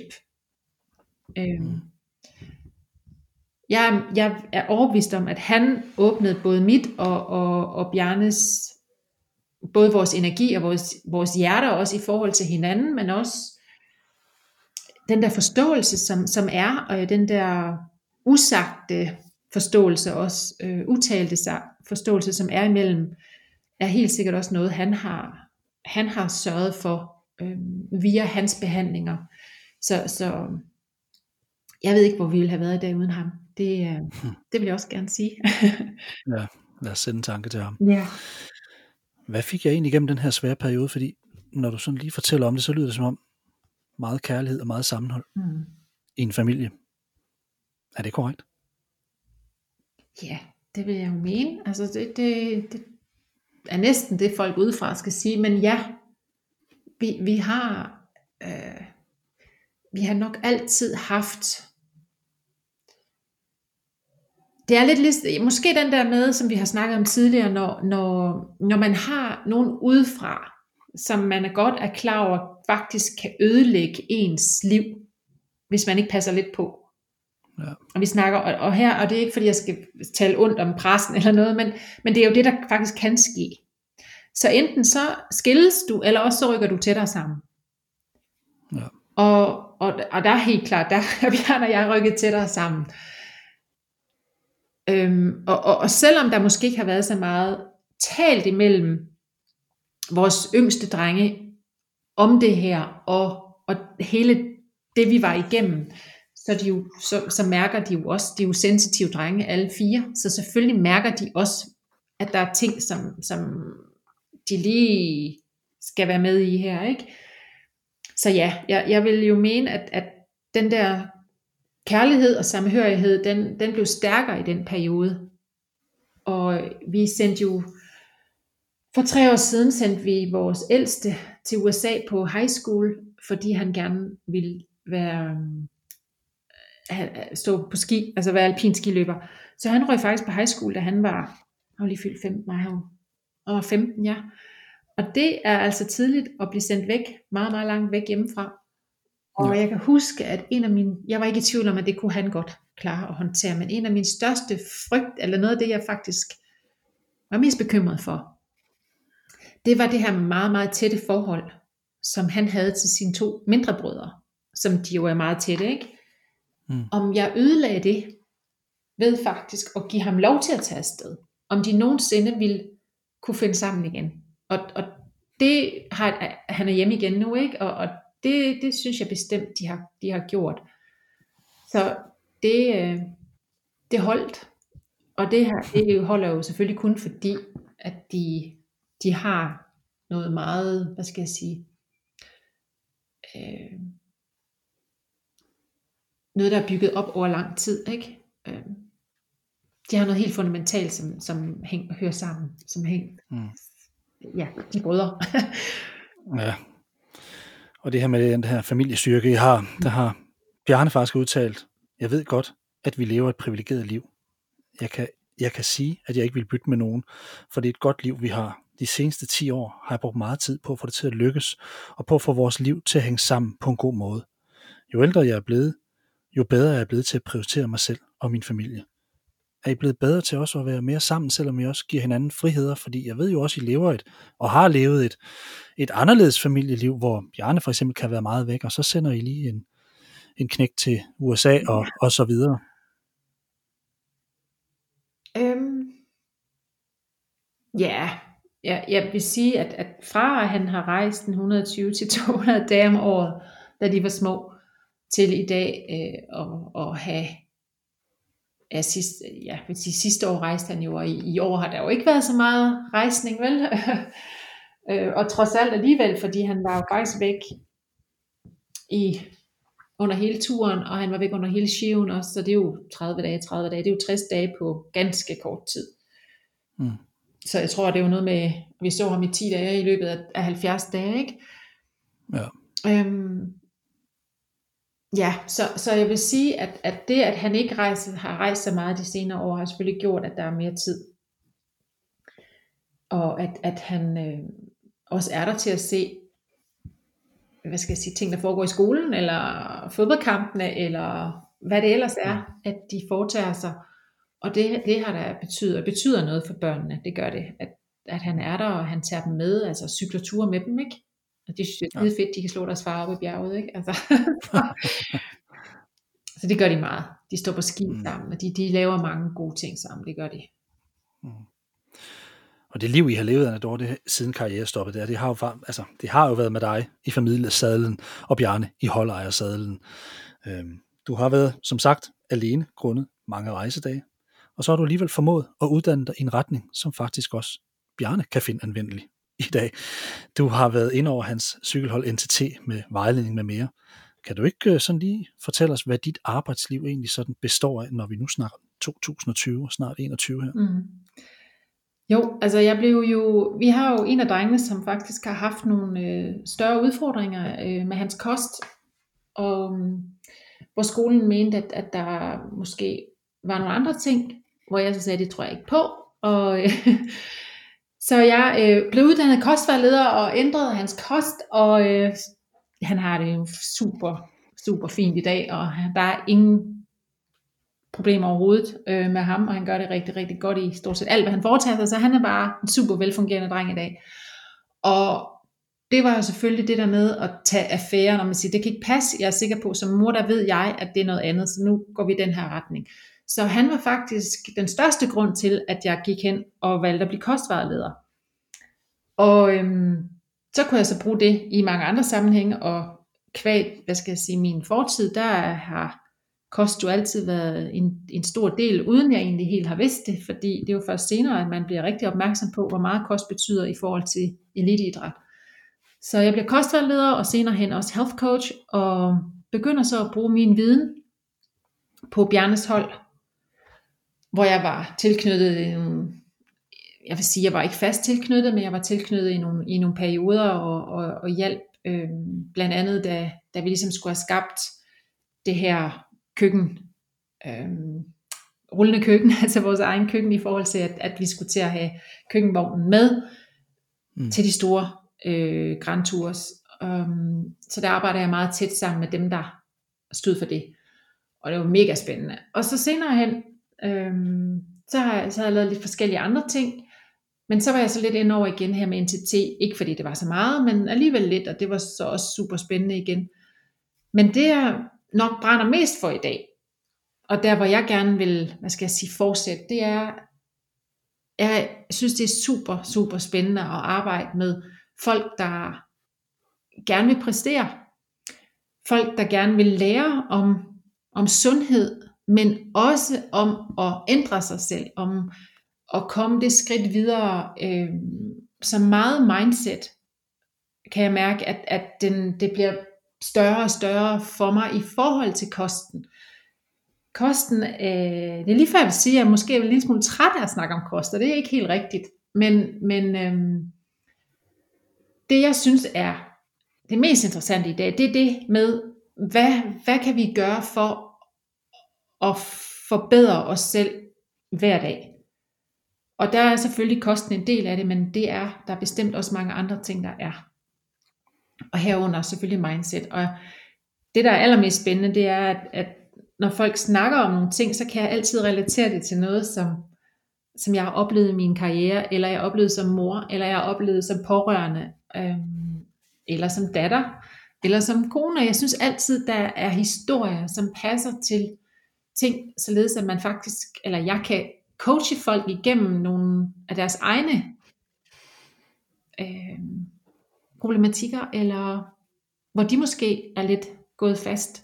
Jeg er overbevist om, at han åbnede både mit og Bjarnes, både vores energi og vores hjerter, også i forhold til hinanden, men også den der forståelse, som er, og den der usagte forståelse også, utalte forståelse, som er imellem, er helt sikkert også noget, han har sørget for via hans behandlinger. Så jeg ved ikke, hvor vi ville have været i dag uden ham. Det vil jeg også gerne sige. Ja, lad os sende en tanke til ham. Ja. Hvad fik jeg egentlig igennem den her svære periode? Fordi når du sådan lige fortæller om det, så lyder det som om meget kærlighed og meget sammenhold i en familie. Er det korrekt? Ja, det vil jeg jo mene. Altså det er næsten det, folk udefra skal sige. Men ja, vi har nok altid haft. Det er lidt måske den der med, som vi har snakket om tidligere, når man har nogen udefra, som man godt er klar over, faktisk kan ødelægge ens liv, hvis man ikke passer lidt på. Ja. Og vi snakker, og her, og det er ikke fordi jeg skal tale ondt om pressen eller noget, men det er jo det, der faktisk kan ske. Så enten så skilles du, eller også så rykker du tættere sammen. Ja. Og der er helt klart, der er Bjørn og jeg rykket tættere sammen. Og selvom der måske ikke har været så meget talt imellem vores yngste drenge om det her, og hele det vi var igennem, så mærker de jo også, de er jo sensitive drenge alle 4, så selvfølgelig mærker de også, at der er ting, som de lige skal være med i her, ikke? Så ja, jeg vil jo mene, at den der kærlighed og samhørighed, den blev stærkere i den periode. Og vi sendte jo, for 3 år siden sendte vi vores ældste til USA på high school, fordi han gerne ville stå på ski, altså være alpin skiløber. Så han røg faktisk på high school, da han var lige fyldt 15, han var 15, ja. Og det er altså tidligt at blive sendt væk, meget, meget langt væk hjemmefra. Og jeg kan huske, at jeg var ikke i tvivl om, at det kunne han godt klare at håndtere, men en af mine største frygt, eller noget af det, jeg faktisk var mest bekymret for, det var det her meget, meget tætte forhold, som han havde til sine 2 mindre brødre, som de jo er meget tætte, ikke? Om jeg ødelagde det, ved faktisk at give ham lov til at tage afsted, om de nogensinde ville kunne finde sammen igen. Og det han er hjemme igen nu, ikke? Og det synes jeg bestemt, de har gjort. Så det holdt. Og det holder jo selvfølgelig kun fordi, at de har noget meget, hvad skal jeg sige, noget, der er bygget op over lang tid, ikke? De har noget helt fundamentalt, som hører sammen, ja, de brødre. Ja. Og det her med den her familiestyrke, I har, der har Bjarne faktisk udtalt, jeg ved godt, at vi lever et privilegeret liv. Jeg kan sige, at jeg ikke vil bytte med nogen, for det er et godt liv, vi har. De seneste 10 år har jeg brugt meget tid på at få det til at lykkes, og på at få vores liv til at hænge sammen på en god måde. Jo ældre jeg er blevet, jo bedre er jeg blevet til at prioritere mig selv og min familie. Er I blevet bedre til også at være mere sammen, selvom I også giver hinanden friheder? Fordi jeg ved jo også, at I lever og har levet et anderledes familieliv, hvor Bjarne for eksempel kan være meget væk, og så sender I lige en knæk til USA og så videre. Ja, jeg vil sige, at fra at han har rejst 120 til 200 dage om året, da de var små, til i dag at have, sidste år rejste han jo, og i år har der jo ikke været så meget rejsning, vel? Og trods alt alligevel, fordi han var jo faktisk væk under hele turen, og han var væk under hele skiven også, så det er jo 30 dage, det er jo 60 dage på ganske kort tid. Så jeg tror, det er jo noget med, vi så ham i 10 dage i løbet af 70 dage, ikke? Ja. Ja, så jeg vil sige, at det, at han ikke har rejst så meget de senere år, har selvfølgelig gjort, at der er mere tid og at han også er der til at se, hvad skal jeg sige, ting, der foregår i skolen, eller fodboldkampene, eller hvad det ellers er, at de foretager sig. Og det har da betyder noget for børnene, det gør det, at han er der, og han tager dem med, altså cykler ture med dem, ikke? Og det synes jeg er fedt, de kan slå deres far op i bjerget, ikke? Altså, så det gør de meget. De står på ski sammen, og de laver mange gode ting sammen, det gør de. Og det liv, I har levet, Anna Dorthe, siden karrierestoppet, det har jo været med dig i familiesadlen, og Bjarne i holdejersadlen. Du har været, som sagt, alene grundet mange rejsedage, og så har du alligevel formået at uddanne dig i en retning, som faktisk også Bjarne kan finde anvendelig i dag. Du har været inde over hans cykelhold NTT med vejledning med mere. Kan du ikke sådan lige fortælle os, hvad dit arbejdsliv egentlig sådan består af, når vi nu snakker 2020 og snart 21 her? Jo, altså vi har jo en af drengene, som faktisk har haft nogle større udfordringer med hans kost, og hvor skolen mente, at der måske var nogle andre ting, hvor jeg så sagde, det tror jeg ikke på, og så jeg blev uddannet kostvejleder og ændrede hans kost, og han har det jo super, super fint i dag, og der er ingen problemer overhovedet med ham, og han gør det rigtig, rigtig godt i stort set alt, hvad han foretager sig, så han er bare en super velfungerende dreng i dag. Og det var jo selvfølgelig det der med at tage affære, når man siger, det kan ikke passe, jeg er sikker på, som mor, der ved jeg, at det er noget andet, så nu går vi i den her retning. Så han var faktisk den største grund til, at jeg gik hen og valgte at blive kostvejleder. Og så kunne jeg så bruge det i mange andre sammenhænge, og kvad, min fortid, der har kost jo altid været en stor del, uden jeg egentlig helt har vidst det, fordi det er jo først senere, at man bliver rigtig opmærksom på, hvor meget kost betyder i forhold til eliteidræt. Så jeg bliver kostvejleder, og senere hen også health coach, og begynder så at bruge min viden på Bjarnes hold, hvor jeg var tilknyttet, jeg vil sige, jeg var ikke fast tilknyttet, men jeg var tilknyttet i nogle perioder, og hjalp, blandt andet, da vi ligesom skulle have skabt det her køkken, rullende køkken, altså vores egen køkken, i forhold til, at vi skulle til at have køkkenvognen med til de store Grand Tours. Så der arbejder jeg meget tæt sammen med dem, der stod for det. Og det var mega spændende. Og så senere hen, så har jeg lavet lidt forskellige andre ting, men så var jeg så lidt ind over igen her med NTT, ikke fordi det var så meget, men alligevel lidt, og det var så også super spændende igen. Men det jeg nok brænder mest for i dag, og der hvor jeg gerne vil, fortsætte, det er, jeg synes det er super, super spændende at arbejde med folk, der gerne vil præstere, folk der gerne vil lære om sundhed, men også om at ændre sig selv, om at komme det skridt videre, så meget mindset, kan jeg mærke, at det bliver større og større for mig i forhold til kosten. Kosten, det er lige før jeg vil sige, at jeg måske er en lille smule træt af at snakke om kost, og det er ikke helt rigtigt, men det jeg synes er det mest interessante i dag, det er det med, hvad kan vi gøre for at forbedre os selv hver dag. Og der er selvfølgelig kosten en del af det, men der er bestemt også mange andre ting, der er. Og herunder selvfølgelig mindset. Og det, der er allermest spændende, det er, at når folk snakker om nogle ting, så kan jeg altid relatere det til noget, som jeg har oplevet i min karriere, eller jeg har oplevet som mor, eller jeg har oplevet som pårørende, eller som datter, eller som kone. Jeg synes altid, der er historier, som passer til ting, således at man faktisk, eller jeg kan coache folk igennem nogle af deres egne problematikker, eller hvor de måske er lidt gået fast.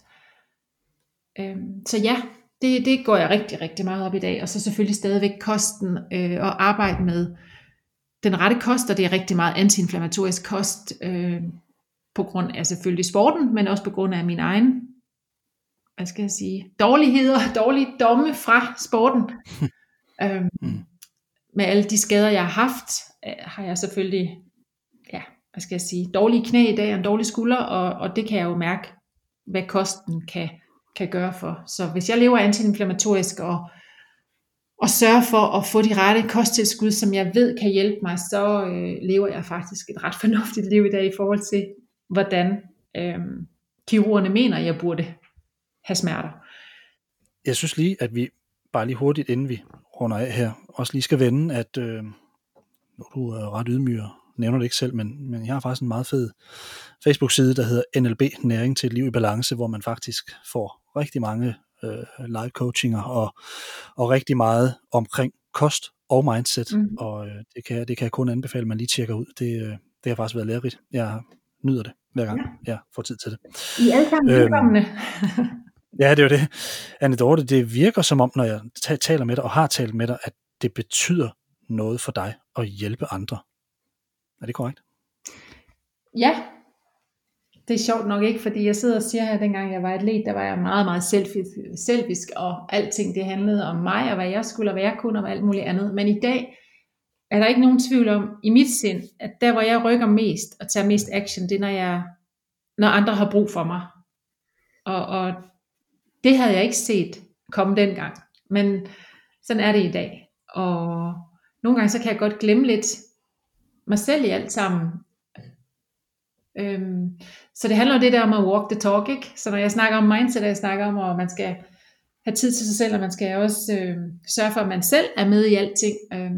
Så ja, det går jeg rigtig, rigtig meget op i dag, og så selvfølgelig stadigvæk kosten, og arbejde med den rette kost, og det er rigtig meget antiinflammatorisk kost, på grund af selvfølgelig sporten, men også på grund af min egen, dårligheder, dårligdomme fra sporten. Med alle de skader, jeg har haft, har jeg selvfølgelig, dårlige knæ i dag, og en dårlig skulder, og det kan jeg jo mærke, hvad kosten kan gøre for. Så hvis jeg lever antiinflammatorisk, og sørge for at få de rette kosttilskud, som jeg ved kan hjælpe mig, så lever jeg faktisk et ret fornuftigt liv i dag i forhold til, hvordan kirurgerne mener, jeg burde have smerter. Jeg synes lige, at vi bare lige hurtigt, inden vi runder af her, også lige skal vende, at nu du er ret ydmyg og nævner det ikke selv, men jeg har faktisk en meget fed Facebook-side, der hedder NLB, Næring til et liv i balance, hvor man faktisk får rigtig mange live coachinger og rigtig meget omkring kost og mindset, og det kan jeg kun anbefale, at man lige tjekker ud. Det har faktisk været lærerigt. Jeg nyder det hver gang jeg får tid til det. I er alle sammen velkomne. Ja, det er jo det. Anne Dorthe, det virker som om, når jeg taler med dig og har talt med dig, at det betyder noget for dig at hjælpe andre. Er det korrekt? Ja, det er sjovt nok ikke, fordi jeg sidder og siger her, dengang jeg var atlet, der var jeg meget, meget selfisk, og alting det handlede om mig, og hvad jeg skulle, og hvad jeg kunne, og alt muligt andet. Men i dag er der ikke nogen tvivl om, i mit sind, at der, hvor jeg rykker mest og tager mest action, det er, når andre har brug for mig. Og det havde jeg ikke set komme dengang, men sådan er det i dag. Og nogle gange så kan jeg godt glemme lidt mig selv i alt sammen. Så det handler jo det der om at walk the talk, ikke? Så når jeg snakker om mindset, og jeg snakker om, at man skal have tid til sig selv, og man skal også sørge for, at man selv er med i alting,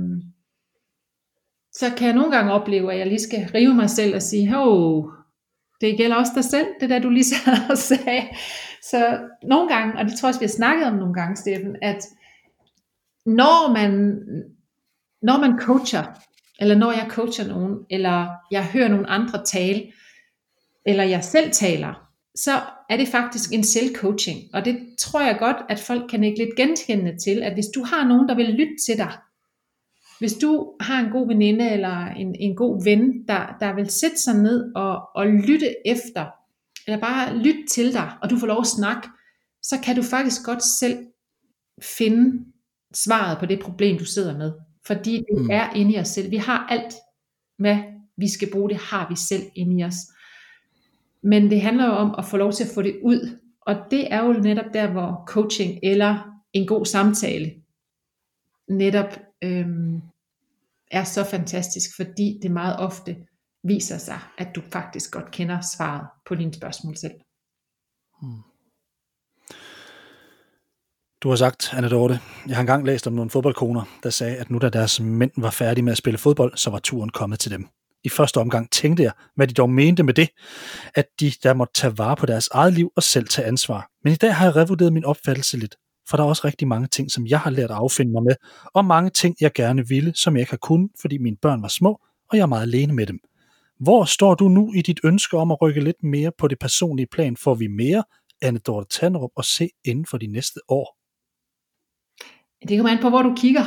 så kan jeg nogle gange opleve, at jeg lige skal rive mig selv og sige, det gælder også dig selv, det der du lige sad og sagde. Så nogle gange, og det tror jeg også, vi har snakket om nogle gange, Steffen, at når man coacher, eller når jeg coacher nogen, eller jeg hører nogle andre tale, eller jeg selv taler, så er det faktisk en selvcoaching. Og det tror jeg godt, at folk kan ikke lidt genkende til, at hvis du har nogen, der vil lytte til dig, hvis du har en god veninde, eller en god ven, der vil sætte sig ned og lytte efter, eller bare lytte til dig, og du får lov at snakke, så kan du faktisk godt selv finde svaret på det problem, du sidder med. Fordi det er inde i os selv. Vi har alt, hvad vi skal bruge, det har vi selv inde i os. Men det handler jo om at få lov til at få det ud. Og det er jo netop der, hvor coaching eller en god samtale netop er så fantastisk, fordi det meget ofte viser sig, at du faktisk godt kender svaret på dine spørgsmål selv. Du har sagt, Anne Dorthe, jeg har engang læst om nogle fodboldkoner, der sagde, at nu da deres mænd var færdige med at spille fodbold, så var turen kommet til dem. I første omgang tænkte jeg, hvad de dog mente med det, at de der måtte tage vare på deres eget liv og selv tage ansvar. Men i dag har jeg revurderet min opfattelse lidt, for der er også rigtig mange ting, som jeg har lært at affinde mig med, og mange ting, jeg gerne ville, som jeg ikke har kunnet, fordi mine børn var små, og jeg er meget alene med dem. Hvor står du nu i dit ønske om at rykke lidt mere på det personlige plan, får vi mere, Anne Dorthe Tanderup, at se inden for de næste år? Det kommer an på, hvor du kigger.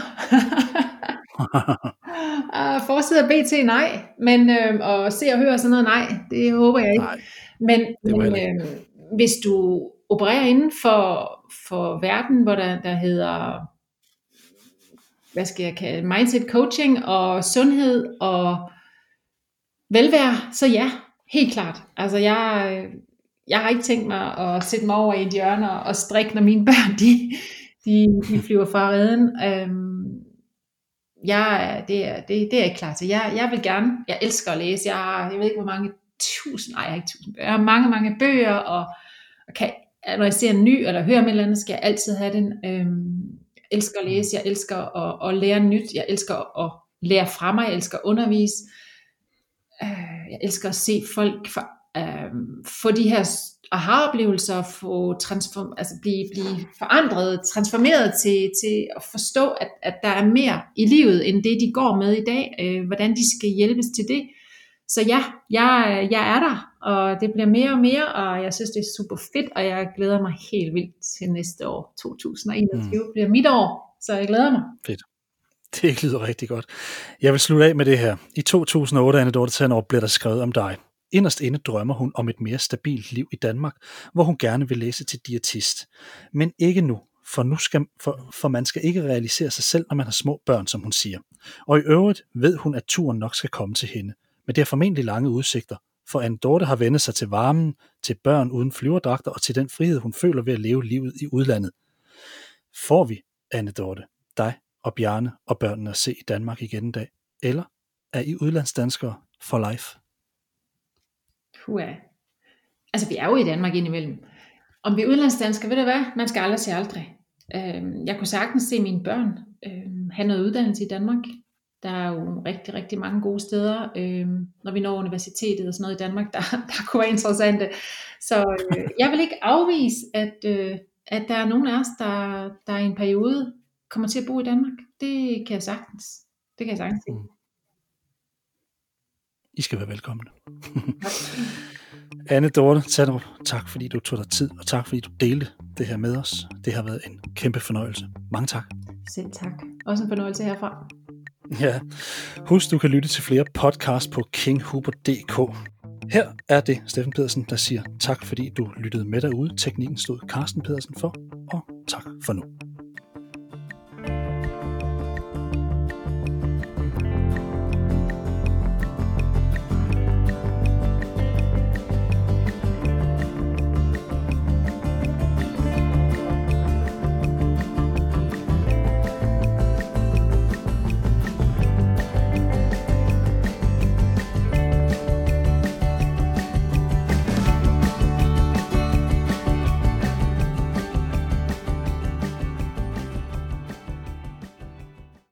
Forside af BT, nej. Men og se og høre sådan noget, nej. Det håber jeg ikke. Nej, men hvis du opererer inden for verden, hvor der hedder, hvad skal jeg kalde, mindset coaching og sundhed og velvære, så ja, helt klart. Altså jeg har ikke tænkt mig at sætte mig over i et hjørne og strikke, når mine børn de flyver fra redden. Det er jeg ikke klar til. Jeg vil gerne, jeg elsker at læse. Jeg ved ikke hvor mange tusind, nej jeg har ikke tusind bøger. Jeg har mange bøger, og kan, når jeg ser en ny, eller hører om et eller andet, skal jeg altid have den. Jeg elsker at læse, jeg elsker at lære nyt, jeg elsker at lære fra mig, jeg elsker at undervise. Jeg elsker at se folk få de her aha-oplevelser, blive forandret, transformeret til at forstå, at der er mere i livet, end det de går med i dag, hvordan de skal hjælpes til det. Så ja, jeg er der, og det bliver mere og mere, og jeg synes det er super fedt, og jeg glæder mig helt vildt til næste år. 2021 bliver mit år, så jeg glæder mig. Fedt. Det lyder rigtig godt. Jeg vil slutte af med det her. I 2008, Anne Dorthe Tanderup, blev der skrevet om dig. Inderst inde drømmer hun om et mere stabilt liv i Danmark, hvor hun gerne vil læse til diætist. Men ikke nu, for man skal ikke realisere sig selv, når man har små børn, som hun siger. Og i øvrigt ved hun, at turen nok skal komme til hende. Men det er formentlig lange udsigter, for Anne Dorthe har vendt sig til varmen, til børn uden flyverdragter og til den frihed, hun føler ved at leve livet i udlandet. Får vi, Anne Dorthe, dig og Bjarne og børnene at se i Danmark igen en dag? Eller er I udlandsdanskere for life? Altså, vi er jo i Danmark indimellem. Om vi er udlandsdanskere, ved du hvad? Man skal aldrig sige aldrig. Jeg kunne sagtens se mine børn have noget uddannelse i Danmark. Der er jo rigtig, rigtig mange gode steder, når vi når universitetet og sådan noget i Danmark, der kunne være interessante. Så jeg vil ikke afvise, at der er nogen af os, der i en periode kommer til at bo i Danmark. Det kan jeg sagtens. Se. I skal være velkomne. Anne Dorte Tanderup, tak fordi du tog dig tid, og tak fordi du delte det her med os. Det har været en kæmpe fornøjelse. Mange tak. Selv tak. Også en fornøjelse herfra. Ja, husk du kan lytte til flere podcasts på kinghuber.dk. Her er det Steffen Pedersen, der siger tak fordi du lyttede med derude. Teknikken stod Carsten Pedersen for, og tak for nu.